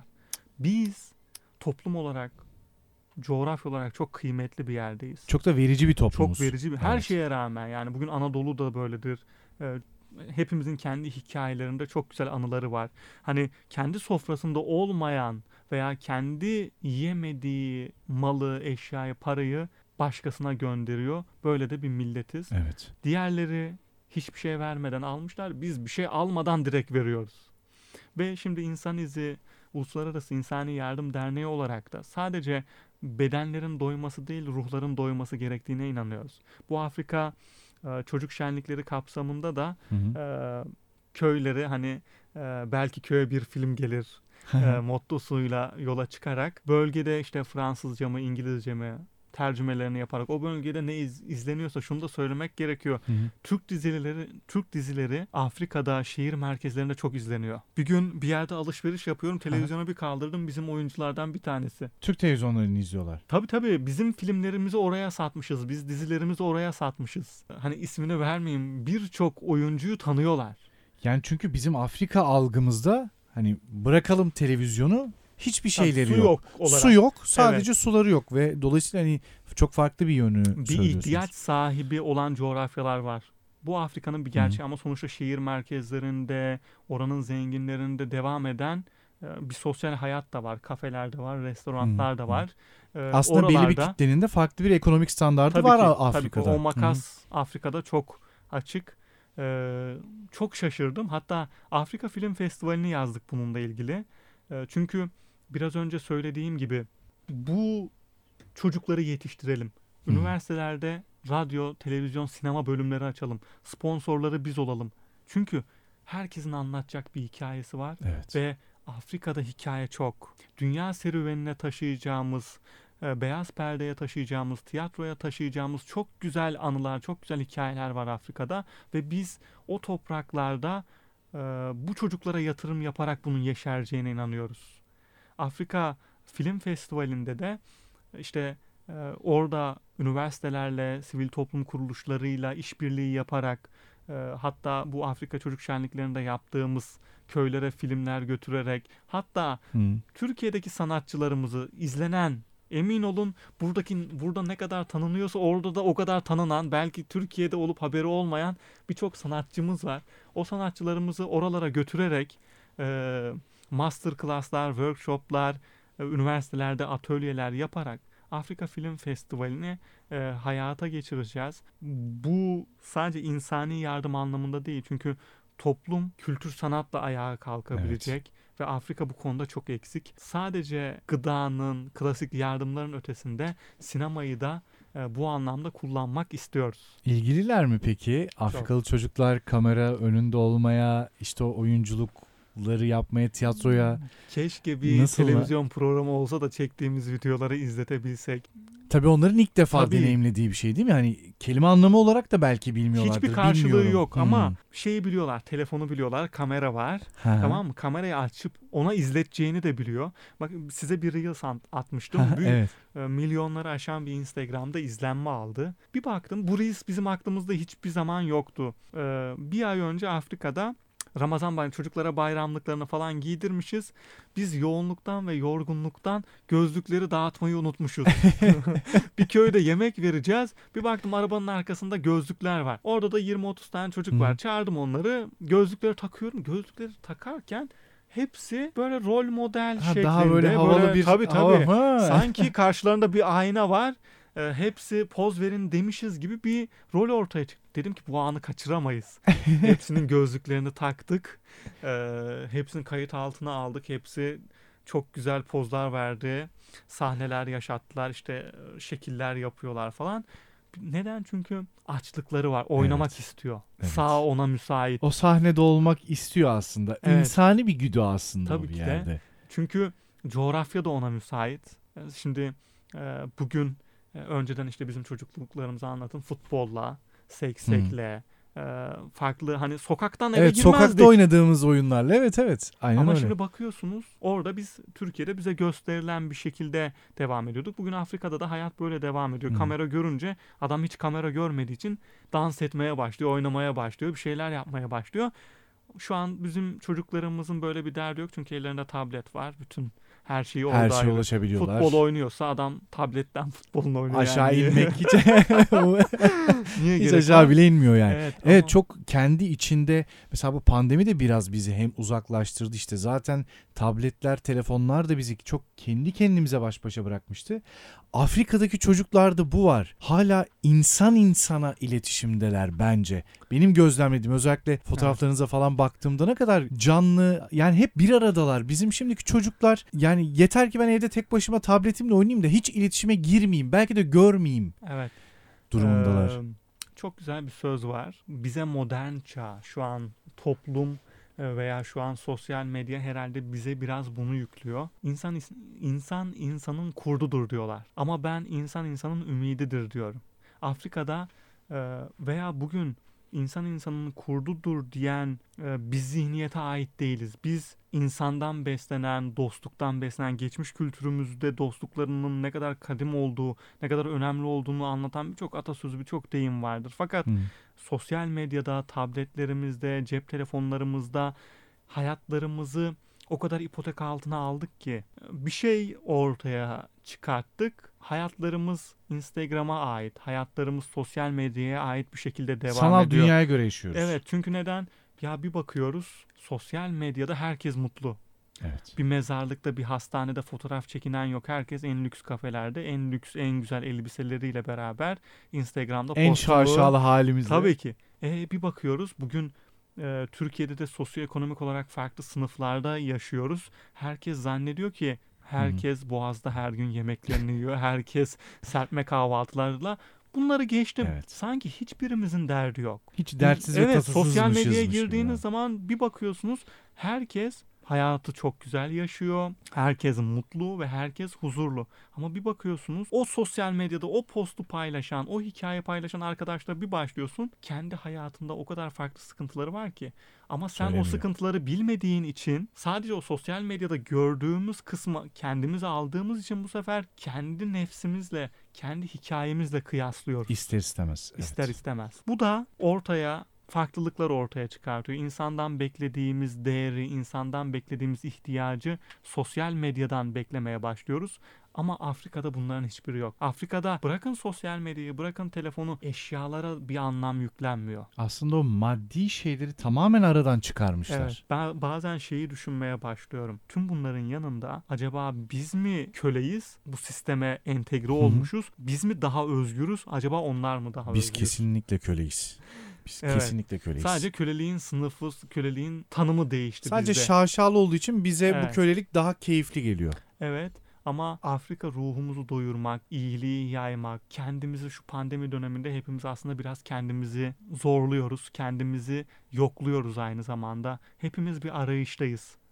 Biz toplum olarak, coğrafya olarak çok kıymetli bir yerdeyiz. Çok da verici bir toplumuz. Çok verici bir. Her Evet. şeye rağmen yani bugün Anadolu da böyledir. Ee, hepimizin kendi hikayelerinde çok güzel anıları var. Hani kendi sofrasında olmayan veya kendi yiyemediği malı, eşyayı, parayı başkasına gönderiyor. Böyle de bir milletiz. Evet. Diğerleri hiçbir şey vermeden almışlar. Biz bir şey almadan direkt veriyoruz. Ve şimdi İnsan İzi Uluslararası İnsani Yardım Derneği olarak da sadece bedenlerin doyması değil, ruhların doyması gerektiğine inanıyoruz. Bu Afrika e, çocuk şenlikleri kapsamında da Hı hı. e, köyleri hani e, belki köye bir film gelir e, mottosuyla yola çıkarak bölgede işte Fransızca mı, İngilizce mi tercümelerini yaparak o bölgede ne iz, izleniyorsa şunu da söylemek gerekiyor. Hı hı. Türk dizileri Türk dizileri Afrika'da şehir merkezlerinde çok izleniyor. Bir gün bir yerde alışveriş yapıyorum. Televizyona bir kaldırdım. Bizim oyunculardan bir tanesi. Türk televizyonlarını izliyorlar. Tabii tabii. Bizim filmlerimizi oraya satmışız. Biz dizilerimizi oraya satmışız. Hani ismini vermeyeyim. Birçok oyuncuyu tanıyorlar. Yani çünkü bizim Afrika algımızda hani bırakalım televizyonu, hiçbir şeyleri su yok. yok olarak. Su yok. Sadece suları yok ve dolayısıyla hani çok farklı bir yönü Bir söylüyorsunuz. ihtiyaç sahibi olan coğrafyalar var. Bu Afrika'nın bir gerçeği ama sonuçta şehir merkezlerinde, oranın zenginlerinde devam eden e, bir sosyal hayat da var. Kafeler de var, restoranlar da var. E, Aslında belli bir oralarda- kitlenin de farklı bir ekonomik standardı Tabii var ki, Afrika'da. tabii ki. O makas Afrika'da çok açık. Ee, çok şaşırdım. Hatta Afrika Film Festivali'ni yazdık bununla ilgili. Ee, çünkü biraz önce söylediğim gibi bu çocukları yetiştirelim. Hı hı. Üniversitelerde radyo, televizyon, sinema bölümleri açalım. Sponsorları biz olalım. Çünkü herkesin anlatacak bir hikayesi var. Evet. Ve Afrika'da hikaye çok. Dünya serüvenine taşıyacağımız, e, beyaz perdeye taşıyacağımız, tiyatroya taşıyacağımız çok güzel anılar, çok güzel hikayeler var Afrika'da. Ve biz o topraklarda e, bu çocuklara yatırım yaparak bunun yeşereceğine inanıyoruz. Afrika Film Festivali'nde de işte e, orada üniversitelerle, sivil toplum kuruluşlarıyla işbirliği yaparak e, hatta bu Afrika Çocuk Şenliklerinde yaptığımız köylere filmler götürerek hatta Hı. Türkiye'deki sanatçılarımızı izlenen, emin olun buradaki burada ne kadar tanınıyorsa orada da o kadar tanınan, belki Türkiye'de olup haberi olmayan birçok sanatçımız var. O sanatçılarımızı oralara götürerek e, master class'lar, workshop'lar, e, üniversitelerde atölyeler yaparak Afrika Film Festivali'ni e, hayata geçireceğiz. Bu sadece insani yardım anlamında değil. Çünkü toplum kültür sanatla ayağa kalkabilecek. Evet. Ve Afrika bu konuda çok eksik. Sadece gıdanın, klasik yardımların ötesinde sinemayı da e, bu anlamda kullanmak istiyoruz. İlgililer mi peki? Afrikalı çok. Çocuklar kamera önünde olmaya, işte o oyunculukları yapmaya, tiyatroya. Keşke bir Nasıl televizyon mı? programı olsa da çektiğimiz videoları izletebilsek. tabii onların ilk defa Tabii. deneyimlediği bir şey değil mi? Hani kelime anlamı olarak da belki bilmiyorlardır. Hiçbir karşılığı bilmiyorum. yok Hmm. ama şeyi biliyorlar, telefonu biliyorlar, kamera var. Ha. Tamam mı? Kamerayı açıp ona izleteceğini de biliyor. Bak size bir Reels atmıştım. Ha, Büyük, evet. e, milyonları aşan bir Instagram'da izlenme aldı. Bir baktım bu Reels bizim aklımızda hiçbir zaman yoktu. E, bir ay önce Afrika'da Ramazan bayramı çocuklara bayramlıklarını falan giydirmişiz. Biz yoğunluktan ve yorgunluktan gözlükleri dağıtmayı unutmuşuz. Bir köyde yemek vereceğiz. Bir baktım arabanın arkasında gözlükler var. Orada da yirmi otuz tane çocuk var. Çağırdım onları. Gözlükleri takıyorum. Gözlükleri takarken hepsi böyle rol model Ha, şeklinde. daha böyle havalı böyle, bir tabii tabii. hava. Sanki karşılarında bir ayna var. E, hepsi poz verin demişiz gibi bir rol ortaya çıktı. Dedim ki bu anı kaçıramayız. Hepsinin gözlüklerini taktık. E, hepsini kayıt altına aldık. Hepsi çok güzel pozlar verdi. Sahneler yaşattılar. İşte şekiller yapıyorlar falan. Neden? Çünkü açlıkları var. Oynamak Evet. istiyor. Evet. Sağ ona müsait. O sahnede olmak istiyor aslında. Evet. İnsani bir güdü aslında Tabii o bir ki yerde. de. Çünkü coğrafya da ona müsait. Şimdi e, bugün e, önceden işte bizim çocukluklarımızı anlatın. Futbolla, seksekle, e, farklı hani sokaktan eve Evet, girmezdik. sokakta oynadığımız oyunlarla. Evet evet. Aynen Ama öyle. şimdi bakıyorsunuz orada biz Türkiye'de bize gösterilen bir şekilde devam ediyorduk. Bugün Afrika'da da hayat böyle devam ediyor. Hı. Kamera görünce adam hiç kamera görmediği için dans etmeye başlıyor, oynamaya başlıyor, bir şeyler yapmaya başlıyor. Şu an bizim çocuklarımızın böyle bir derdi yok çünkü ellerinde tablet var. Bütün her şeyi orada. Her şeye ulaşabiliyorlar. Futbol oynuyorsa adam tabletten futbolunu oynuyor. Aşağı yani. inmek hiç Niye hiç gerek aşağı var? bile inmiyor yani. Evet, Evet ama- çok kendi içinde mesela bu pandemi de biraz bizi hem uzaklaştırdı işte zaten tabletler, telefonlar da bizi çok kendi kendimize baş başa bırakmıştı. Afrika'daki çocuklarda bu var. Hala insan insana iletişimdeler bence. Benim gözlemlediğim özellikle fotoğraflarınıza falan baktığımda ne kadar canlı yani hep bir aradalar. Bizim şimdiki çocuklar yani yeter ki ben evde tek başıma tabletimle oynayayım da hiç iletişime girmeyeyim. Belki de görmeyeyim Evet. durumundalar. Ee, çok güzel bir söz var. Bize modern çağ, şu an toplum e, veya şu an sosyal medya herhalde bize biraz bunu yüklüyor. İnsan insan insanın kurdudur diyorlar. Ama ben insan insanın ümididir diyorum. Afrika'da e, veya bugün insan insanın kurdudur diyen e, biz zihniyete ait değiliz. Biz insandan beslenen, dostluktan beslenen, geçmiş kültürümüzde dostluklarının ne kadar kadim olduğu, ne kadar önemli olduğunu anlatan birçok atasözü, birçok deyim vardır. Fakat Hmm. sosyal medyada, tabletlerimizde, cep telefonlarımızda hayatlarımızı o kadar ipotek altına aldık ki bir şey ortaya çıkarttık. Hayatlarımız Instagram'a ait, hayatlarımız sosyal medyaya ait bir şekilde devam Sanal ediyor. dünyaya göre yaşıyoruz. Evet, çünkü neden? Ya bir bakıyoruz sosyal medyada herkes mutlu. Evet. Bir mezarlıkta, bir hastanede fotoğraf çekinen yok. Herkes en lüks kafelerde, en lüks, en güzel elbiseleriyle beraber Instagram'da En postunu- şaşalı halimizle. Tabii ki. E, bir bakıyoruz bugün e, Türkiye'de de sosyoekonomik olarak farklı sınıflarda yaşıyoruz. Herkes zannediyor ki herkes Boğaz'da her gün yemeklerini yiyor. Herkes serpme kahvaltılarla. Bunları geçtim. Evet. Sanki hiçbirimizin derdi yok. Hiç dertsiz ve Evet, tasasızmışız. sosyal medyaya gibi. girdiğiniz zaman bir bakıyorsunuz herkes hayatı çok güzel yaşıyor. Herkes mutlu ve herkes huzurlu. Ama bir bakıyorsunuz o sosyal medyada o postu paylaşan, o hikaye paylaşan arkadaşlar bir başlıyorsun. Kendi hayatında o kadar farklı sıkıntıları var ki. Ama sen Söylemiyor. o sıkıntıları bilmediğin için sadece o sosyal medyada gördüğümüz kısmı kendimize aldığımız için bu sefer kendi nefsimizle, kendi hikayemizle kıyaslıyoruz. İster istemez. Evet. İster istemez. Bu da ortaya farklılıklar ortaya çıkartıyor. İnsandan beklediğimiz değeri, insandan beklediğimiz ihtiyacı sosyal medyadan beklemeye başlıyoruz. Ama Afrika'da bunların hiçbiri yok. Afrika'da bırakın sosyal medyayı, bırakın telefonu, eşyalara bir anlam yüklenmiyor. Aslında o maddi şeyleri tamamen aradan çıkarmışlar. Evet. Ben bazen şeyi düşünmeye başlıyorum. Tüm bunların yanında acaba biz mi köleyiz? Bu sisteme entegre olmuşuz. Biz mi daha özgürüz? Acaba onlar mı daha Biz özgür? kesinlikle köleyiz. Biz Evet. kesinlikle köleyiz. Sadece köleliğin sınıfı, köleliğin tanımı değişti Sadece bizde. şaşalı olduğu için bize Evet. bu kölelik daha keyifli geliyor. Evet. Ama Afrika ruhumuzu doyurmak, iyiliği yaymak, kendimizi şu pandemi döneminde hepimiz aslında biraz kendimizi zorluyoruz, kendimizi yokluyoruz aynı zamanda. Hepimiz bir arayıştayız.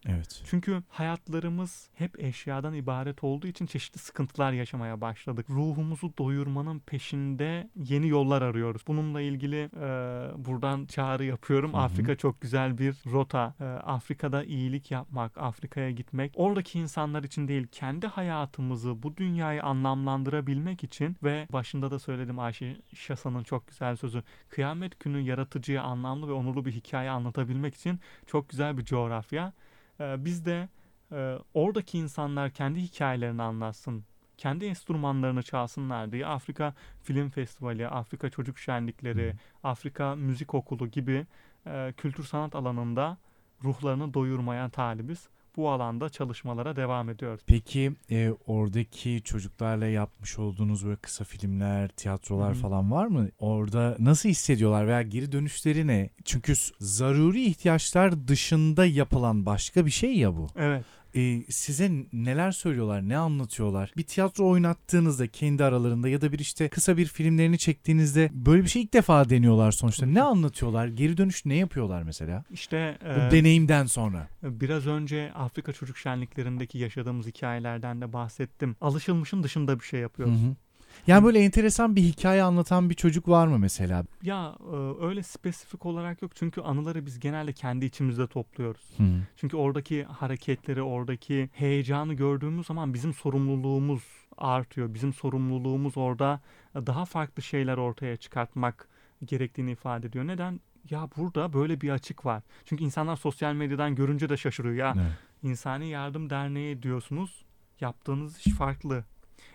Evet. Çünkü hayatlarımız hep eşyadan ibaret olduğu için çeşitli sıkıntılar yaşamaya başladık. Ruhumuzu doyurmanın peşinde yeni yollar arıyoruz. Bununla ilgili e, buradan çağrı yapıyorum. Hı hı. Afrika çok güzel bir rota. E, Afrika'da iyilik yapmak, Afrika'ya gitmek. Oradaki insanlar için değil, kendi hayatımızı, bu dünyayı anlamlandırabilmek için ve başında da söyledim, Ayşe Şasan'ın çok güzel sözü. Kıyamet günü yaratıcıya anlamlı ve onurlu bir hikaye anlatabilmek için çok güzel bir coğrafya. Ee, biz de e, oradaki insanlar kendi hikayelerini anlatsın, kendi enstrümanlarını çalsınlar diye Afrika Film Festivali, Afrika Çocuk Şenlikleri, Hı. Afrika Müzik Okulu gibi e, kültür sanat alanında ruhlarını doyurmaya talibiz. Bu alanda çalışmalara devam ediyoruz. Peki e, oradaki çocuklarla yapmış olduğunuz böyle kısa filmler, tiyatrolar Hı hı. falan var mı? Orada nasıl hissediyorlar veya geri dönüşleri ne? Çünkü s- zaruri ihtiyaçlar dışında yapılan başka bir şey ya bu. Evet. E, size neler söylüyorlar, ne anlatıyorlar? Bir tiyatro oynattığınızda kendi aralarında ya da bir işte kısa bir filmlerini çektiğinizde böyle bir şey ilk defa deniyorlar sonuçta. Ne anlatıyorlar? Geri dönüş ne yapıyorlar mesela? İşte Bu e, deneyimden sonra. biraz önce Afrika Çocuk Şenliklerindeki yaşadığımız hikayelerden de bahsettim. Alışılmışın dışında bir şey Hı yapıyoruz. hı. Yani böyle enteresan bir hikaye anlatan bir çocuk var mı mesela? Ya e, öyle spesifik olarak yok. Çünkü anıları biz genelde kendi içimizde topluyoruz. Hı. Çünkü oradaki hareketleri, oradaki heyecanı gördüğümüz zaman bizim sorumluluğumuz artıyor. Bizim sorumluluğumuz orada daha farklı şeyler ortaya çıkartmak gerektiğini ifade ediyor. Neden? Ya burada böyle bir açık var. Çünkü insanlar sosyal medyadan görünce de şaşırıyor. Ya Evet. İnsani Yardım Derneği diyorsunuz. Yaptığınız iş farklı.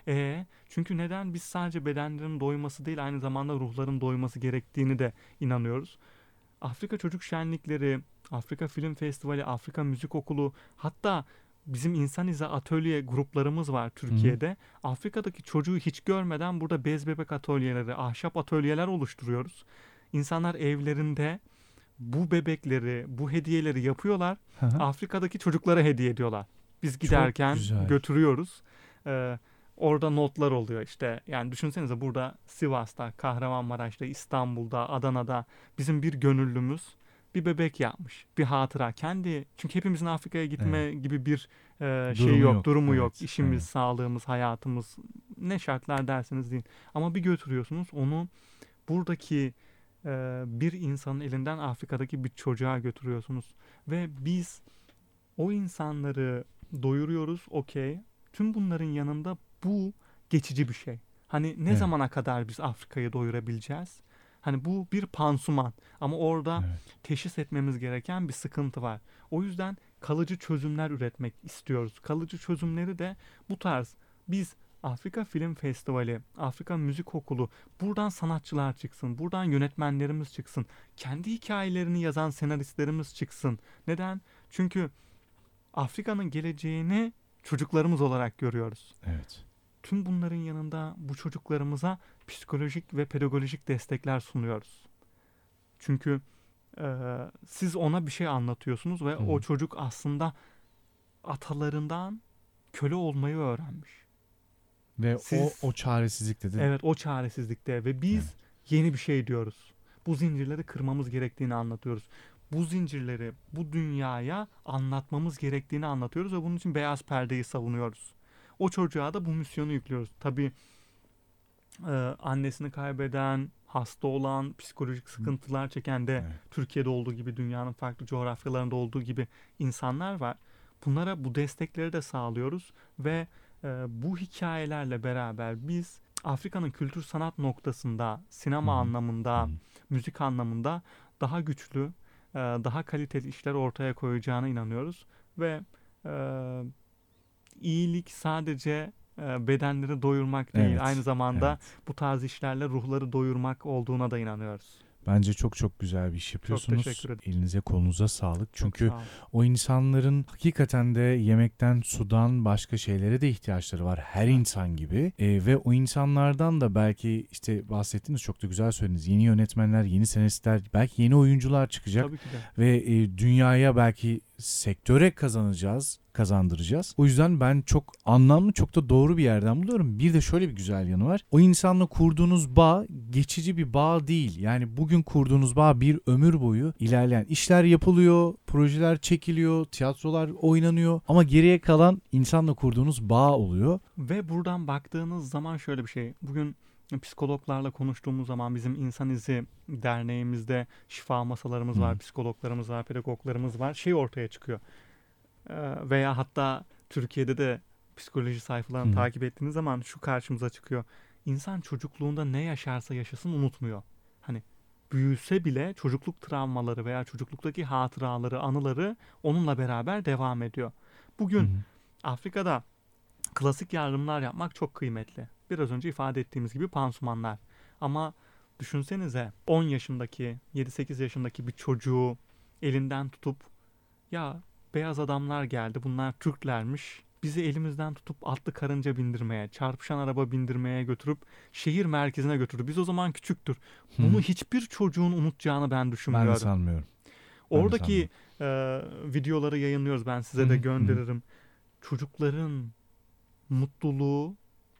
E çünkü neden? Biz sadece bedenlerin doyması değil, aynı zamanda ruhların doyması gerektiğini de inanıyoruz. Afrika Çocuk Şenlikleri, Afrika Film Festivali, Afrika Müzik Okulu, hatta bizim İnsanize atölye gruplarımız var Türkiye'de. Hı hı. Afrika'daki çocuğu hiç görmeden burada bez bebek atölyeleri, ahşap atölyeler oluşturuyoruz. İnsanlar evlerinde bu bebekleri, bu hediyeleri yapıyorlar. Hı hı. Afrika'daki çocuklara hediye ediyorlar. Biz giderken güzel. götürüyoruz. Ee, orada notlar oluyor işte. Yani düşünsenize, burada Sivas'ta, Kahramanmaraş'ta, İstanbul'da, Adana'da bizim bir gönüllümüz bir bebek yapmış. Bir hatıra. Kendi, çünkü hepimizin Afrika'ya gitme Evet. gibi bir e, Durumu şey yok, yok. durumu Evet, yok. İşimiz, evet. sağlığımız, hayatımız, ne şartlar derseniz deyin. Ama bir götürüyorsunuz onu, buradaki e, bir insanın elinden Afrika'daki bir çocuğa götürüyorsunuz. Ve biz o insanları doyuruyoruz, okey. Tüm bunların yanında bu geçici bir şey. Hani ne Evet. zamana kadar biz Afrika'yı doyurabileceğiz? Hani bu bir pansuman ama orada Evet. teşhis etmemiz gereken bir sıkıntı var. O yüzden kalıcı çözümler üretmek istiyoruz. Kalıcı çözümleri de bu tarz. Biz Afrika Film Festivali, Afrika Müzik Okulu, buradan sanatçılar çıksın, buradan yönetmenlerimiz çıksın, kendi hikayelerini yazan senaristlerimiz çıksın. Neden? Çünkü Afrika'nın geleceğini çocuklarımız olarak görüyoruz. Evet. Tüm bunların yanında bu çocuklarımıza psikolojik ve pedagojik destekler sunuyoruz. Çünkü e, siz ona bir şey anlatıyorsunuz ve Hı. o çocuk aslında atalarından köle olmayı öğrenmiş. Ve Siz, o o çaresizlikte de. Evet, o çaresizlikte ve biz Evet. yeni bir şey diyoruz. Bu zincirleri kırmamız gerektiğini anlatıyoruz. Bu zincirleri bu dünyaya anlatmamız gerektiğini anlatıyoruz ve bunun için beyaz perdeyi savunuyoruz. O çocuğa da bu misyonu yüklüyoruz. Tabii e, annesini kaybeden, hasta olan, psikolojik sıkıntılar çeken de Evet. Türkiye'de olduğu gibi, dünyanın farklı coğrafyalarında olduğu gibi insanlar var. Bunlara bu destekleri de sağlıyoruz ve e, bu hikayelerle beraber biz Afrika'nın kültür sanat noktasında, sinema Hı hı. anlamında, Hı. müzik anlamında daha güçlü, e, daha kaliteli işler ortaya koyacağına inanıyoruz ve e, iyilik sadece e, bedenleri doyurmak değil, Evet. aynı zamanda Evet. bu tarz işlerle ruhları doyurmak olduğuna da inanıyoruz. Bence çok çok güzel bir iş yapıyorsunuz. teşekkür ederim. Elinize kolunuza sağlık. Çok Çünkü sağ olun. o insanların hakikaten de yemekten, sudan başka şeylere de ihtiyaçları var. Her Evet. insan gibi. E, ve o insanlardan da belki işte bahsettiğiniz, çok da güzel söylediniz. Yeni yönetmenler, yeni senaristler, belki yeni oyuncular çıkacak. Tabii ki de. Ve e, dünyaya belki sektöre kazanacağız, kazandıracağız. O yüzden ben çok anlamlı, çok da doğru bir yerden buluyorum. Bir de şöyle bir güzel yanı var. O insanla kurduğunuz bağ geçici bir bağ değil. Yani bugün kurduğunuz bağ bir ömür boyu ilerleyen. İşler yapılıyor, projeler çekiliyor, tiyatrolar oynanıyor ama geriye kalan insanla kurduğunuz bağ oluyor. Ve buradan baktığınız zaman şöyle bir şey. Bugün psikologlarla konuştuğumuz zaman bizim İnsan İzi derneğimizde şifa masalarımız Hı. var, psikologlarımız var, pedagoglarımız var. Şey ortaya çıkıyor. Ee, veya hatta Türkiye'de de psikoloji sayfalarını Hı. takip ettiğiniz zaman şu karşımıza çıkıyor. İnsan çocukluğunda ne yaşarsa yaşasın unutmuyor. Hani büyüse bile çocukluk travmaları veya çocukluktaki hatıraları, anıları onunla beraber devam ediyor. Bugün Hı. Afrika'da klasik yardımlar yapmak çok kıymetli. Biraz önce ifade ettiğimiz gibi pansumanlar. Ama düşünsenize on yaşındaki, yedi sekiz yaşındaki bir çocuğu elinden tutup ya beyaz adamlar geldi, bunlar Türklermiş. Bizi elimizden tutup atlı karınca bindirmeye, çarpışan araba bindirmeye götürüp şehir merkezine götürdü. Biz o zaman küçüktür. Bunu Hı. hiçbir çocuğun unutacağını ben Ben düşünmüyorum. de sanmıyorum. Ben de Oradaki e, videoları yayınlıyoruz. Ben size Hı de hı, gönderirim. Çocukların mutluluğu,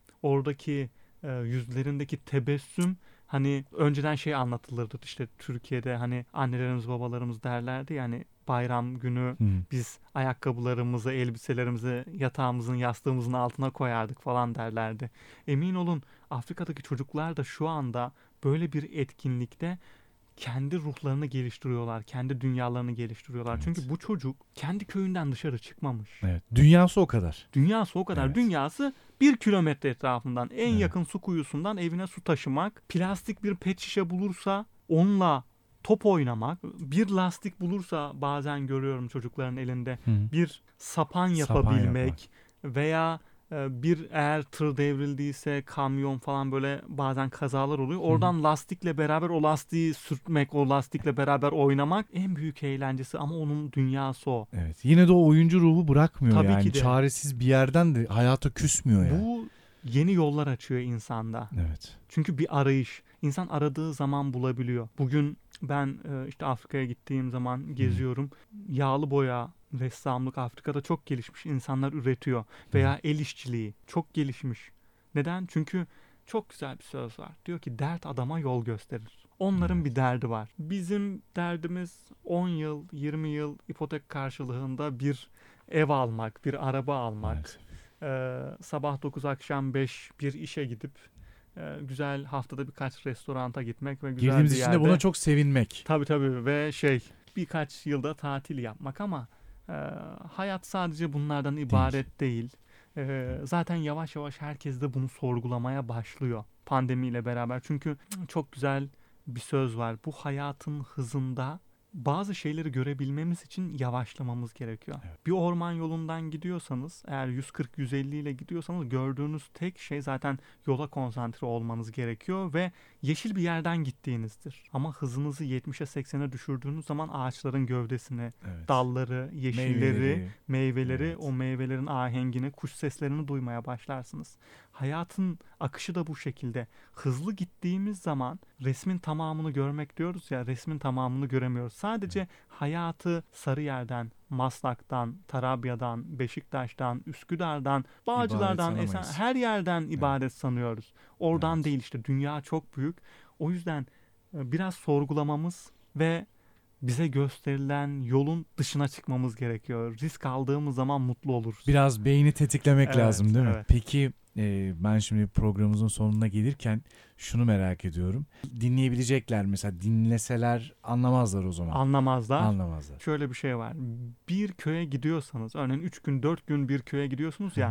oradaki e, yüzlerindeki tebessüm, hani önceden şey anlatılırdı işte Türkiye'de, hani annelerimiz babalarımız derlerdi ya, hani bayram günü Hı. biz ayakkabılarımızı, elbiselerimizi yatağımızın, yastığımızın altına koyardık falan derlerdi. Emin olun Afrika'daki çocuklar da şu anda böyle bir etkinlikte kendi ruhlarını geliştiriyorlar, kendi dünyalarını geliştiriyorlar. Evet. Çünkü bu çocuk kendi köyünden dışarı çıkmamış. Evet. Dünyası o kadar. Dünyası o kadar. Evet. Dünyası bir kilometre etrafından, en Evet. yakın su kuyusundan evine su taşımak, plastik bir pet şişe bulursa onunla top oynamak, bir lastik bulursa bazen görüyorum çocukların elinde Hı. bir sapan Sapan yapabilmek veya e, bir, eğer tır devrildiyse kamyon falan, böyle bazen kazalar oluyor. Oradan lastikle beraber o lastiği sürtmek, o lastikle beraber oynamak en büyük eğlencesi, ama onun dünyası o. Evet. Yine de o oyuncu ruhu bırakmıyor Tabii yani. ki de. Çaresiz bir yerden de hayata küsmüyor yani. Bu yeni yollar açıyor insanda. Evet. Çünkü bir arayış. İnsan aradığı zaman bulabiliyor. Bugün ben e, işte Afrika'ya gittiğim zaman geziyorum. Yağlı boya, ressamlık Afrika'da çok gelişmiş. İnsanlar üretiyor. Veya el işçiliği çok gelişmiş. Neden? Çünkü çok güzel bir söz var. Diyor ki dert adama yol gösterir. Onların Evet. bir derdi var. Bizim derdimiz on yıl, yirmi yıl ipotek karşılığında bir ev almak, bir araba almak. Maalesef. Ee, sabah dokuz akşam beş bir işe gidip e, güzel haftada birkaç restoranta gitmek ve güzel Girdiğimiz bir için de yerde, buna çok sevinmek. tabii tabii, ve şey, birkaç yılda tatil yapmak, ama e, hayat sadece bunlardan ibaret değil. E, zaten yavaş yavaş herkes de bunu sorgulamaya başlıyor pandemiyle beraber. Çünkü çok güzel bir söz var. Bu hayatın hızında bazı şeyleri görebilmemiz için yavaşlamamız gerekiyor. Evet. Bir orman yolundan gidiyorsanız, eğer yüz kırk yüz elli ile gidiyorsanız, gördüğünüz tek şey zaten yola konsantre olmanız gerekiyor ve yeşil bir yerden gittiğinizdir. Ama hızınızı yetmişe seksene düşürdüğünüz zaman ağaçların gövdesini, Evet. dalları, yeşilleri, Meyveleri. meyveleri, Evet. o meyvelerin ahengini, kuş seslerini duymaya başlarsınız. Hayatın akışı da bu şekilde. Hızlı gittiğimiz zaman resmin tamamını görmek diyoruz ya, resmin tamamını göremiyoruz. Sadece hayatı Sarıyer'den, Maslak'tan, Tarabya'dan, Beşiktaş'tan, Üsküdar'dan, Bağcılar'dan, İbaret Esen, sanamayız. her yerden ibadet sanıyoruz. Oradan Evet. değil işte, dünya çok büyük. O yüzden e, biraz sorgulamamız ve bize gösterilen yolun dışına çıkmamız gerekiyor. Risk aldığımız zaman mutlu oluruz. Biraz beyni tetiklemek Evet, lazım değil mi? evet. Peki e, ben şimdi programımızın sonuna gelirken şunu merak ediyorum. Dinleyebilecekler mesela, dinleseler anlamazlar o zaman. Anlamazlar. Anlamazlar. Şöyle bir şey var. Bir köye gidiyorsanız, örneğin üç gün dört gün bir köye gidiyorsunuz ya, Hı.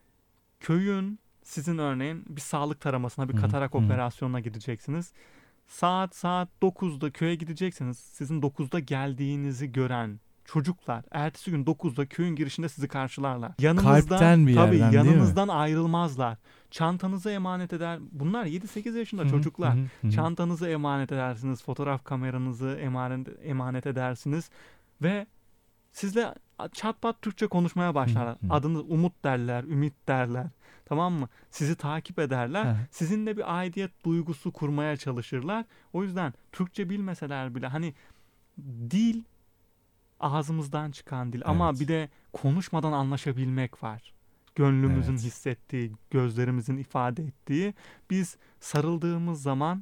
köyün, sizin örneğin bir sağlık taramasına, bir Hı hı, katarak hı. operasyonuna gideceksiniz. Saat saat dokuzda köye gideceksiniz. Sizin dokuzda geldiğinizi gören çocuklar ertesi gün dokuzda köyün girişinde sizi karşılarlar. Yanınızdan, Kalpten bir tabii yerden değil mi? yanınızdan ayrılmazlar. Çantanızı emanet eder. Bunlar yedi sekiz yaşında Hı hı, çocuklar. hı hı, hı. Çantanızı emanet edersiniz. Fotoğraf kameranızı emanet, emanet edersiniz. Ve sizle çat pat Türkçe konuşmaya başlarlar. Hı hı. Adınız Umut derler, Ümit derler. Tamam mı? Sizi takip ederler. Hı. Sizinle bir aidiyet duygusu kurmaya çalışırlar. O yüzden Türkçe bilmeseler bile, hani dil ağzımızdan çıkan dil. Evet. Ama bir de konuşmadan anlaşabilmek var. Gönlümüzün Evet. hissettiği, gözlerimizin ifade ettiği. Biz sarıldığımız zaman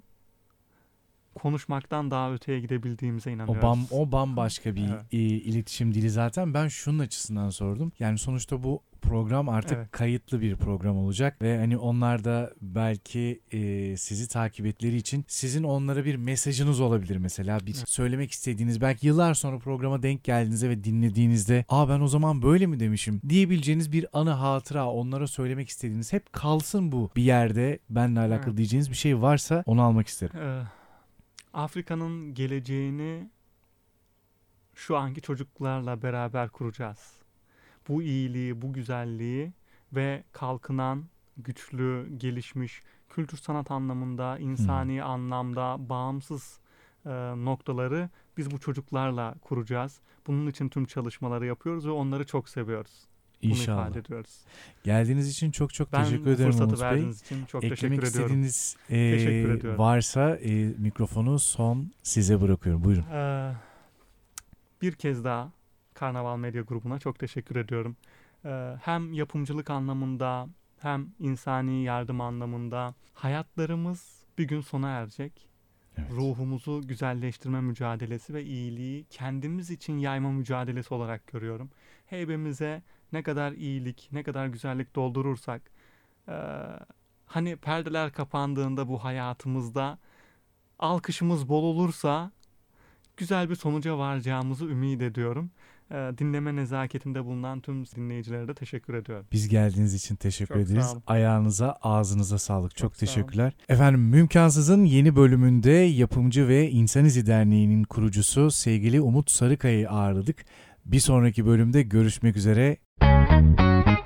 konuşmaktan daha öteye gidebildiğimize inanıyoruz. O, bam, o bambaşka bir Evet. e, iletişim dili zaten. Ben şunun açısından sordum. Yani sonuçta bu program artık Evet. kayıtlı bir program olacak ve hani onlar da belki e, sizi takip etleri için sizin onlara bir mesajınız olabilir mesela. Bir Evet. söylemek istediğiniz, belki yıllar sonra programa denk geldiğinizde ve dinlediğinizde "Aa, ben o zaman böyle mi demişim" diyebileceğiniz bir anı, hatıra, onlara söylemek istediğiniz, hep kalsın bu bir yerde benle alakalı Evet. diyeceğiniz bir şey varsa onu almak isterim. Ee, Afrika'nın geleceğini şu anki çocuklarla beraber kuracağız. Bu iyiliği, bu güzelliği ve kalkınan, güçlü, gelişmiş, kültür sanat anlamında, insani hmm. anlamda bağımsız e, noktaları biz bu çocuklarla kuracağız. Bunun için tüm çalışmaları yapıyoruz ve onları çok seviyoruz. İnşallah. Bunu ifade ediyoruz. Geldiğiniz için çok çok ben teşekkür ederim Umut Bey. Ben bu fırsatı verdiğiniz için çok Eklemek teşekkür ediyorum. istediğiniz e, varsa e, mikrofonu son size bırakıyorum. Buyurun. Ee, bir kez daha Karnaval Medya Grubu'na çok teşekkür ediyorum. Ee, hem yapımcılık anlamında hem insani yardım anlamında hayatlarımız bir gün sona erecek. Evet. Ruhumuzu güzelleştirme mücadelesi ve iyiliği kendimiz için yayma mücadelesi olarak görüyorum. Heybemize ne kadar iyilik, ne kadar güzellik doldurursak, e, hani perdeler kapandığında bu hayatımızda alkışımız bol olursa güzel bir sonuca varacağımızı ümit ediyorum. Ee, dinleme nezaketinde bulunan tüm dinleyicilere de teşekkür ediyorum. Biz geldiğiniz için teşekkür Çok ederiz. Ayağınıza, ağzınıza sağlık. Çok, Çok teşekkürler. Efendim, Mümkansız'ın yeni bölümünde yapımcı ve İnsan İzi Derneği'nin kurucusu sevgili Umut Sarıkaya'yı ağırladık. Bir sonraki bölümde görüşmek üzere.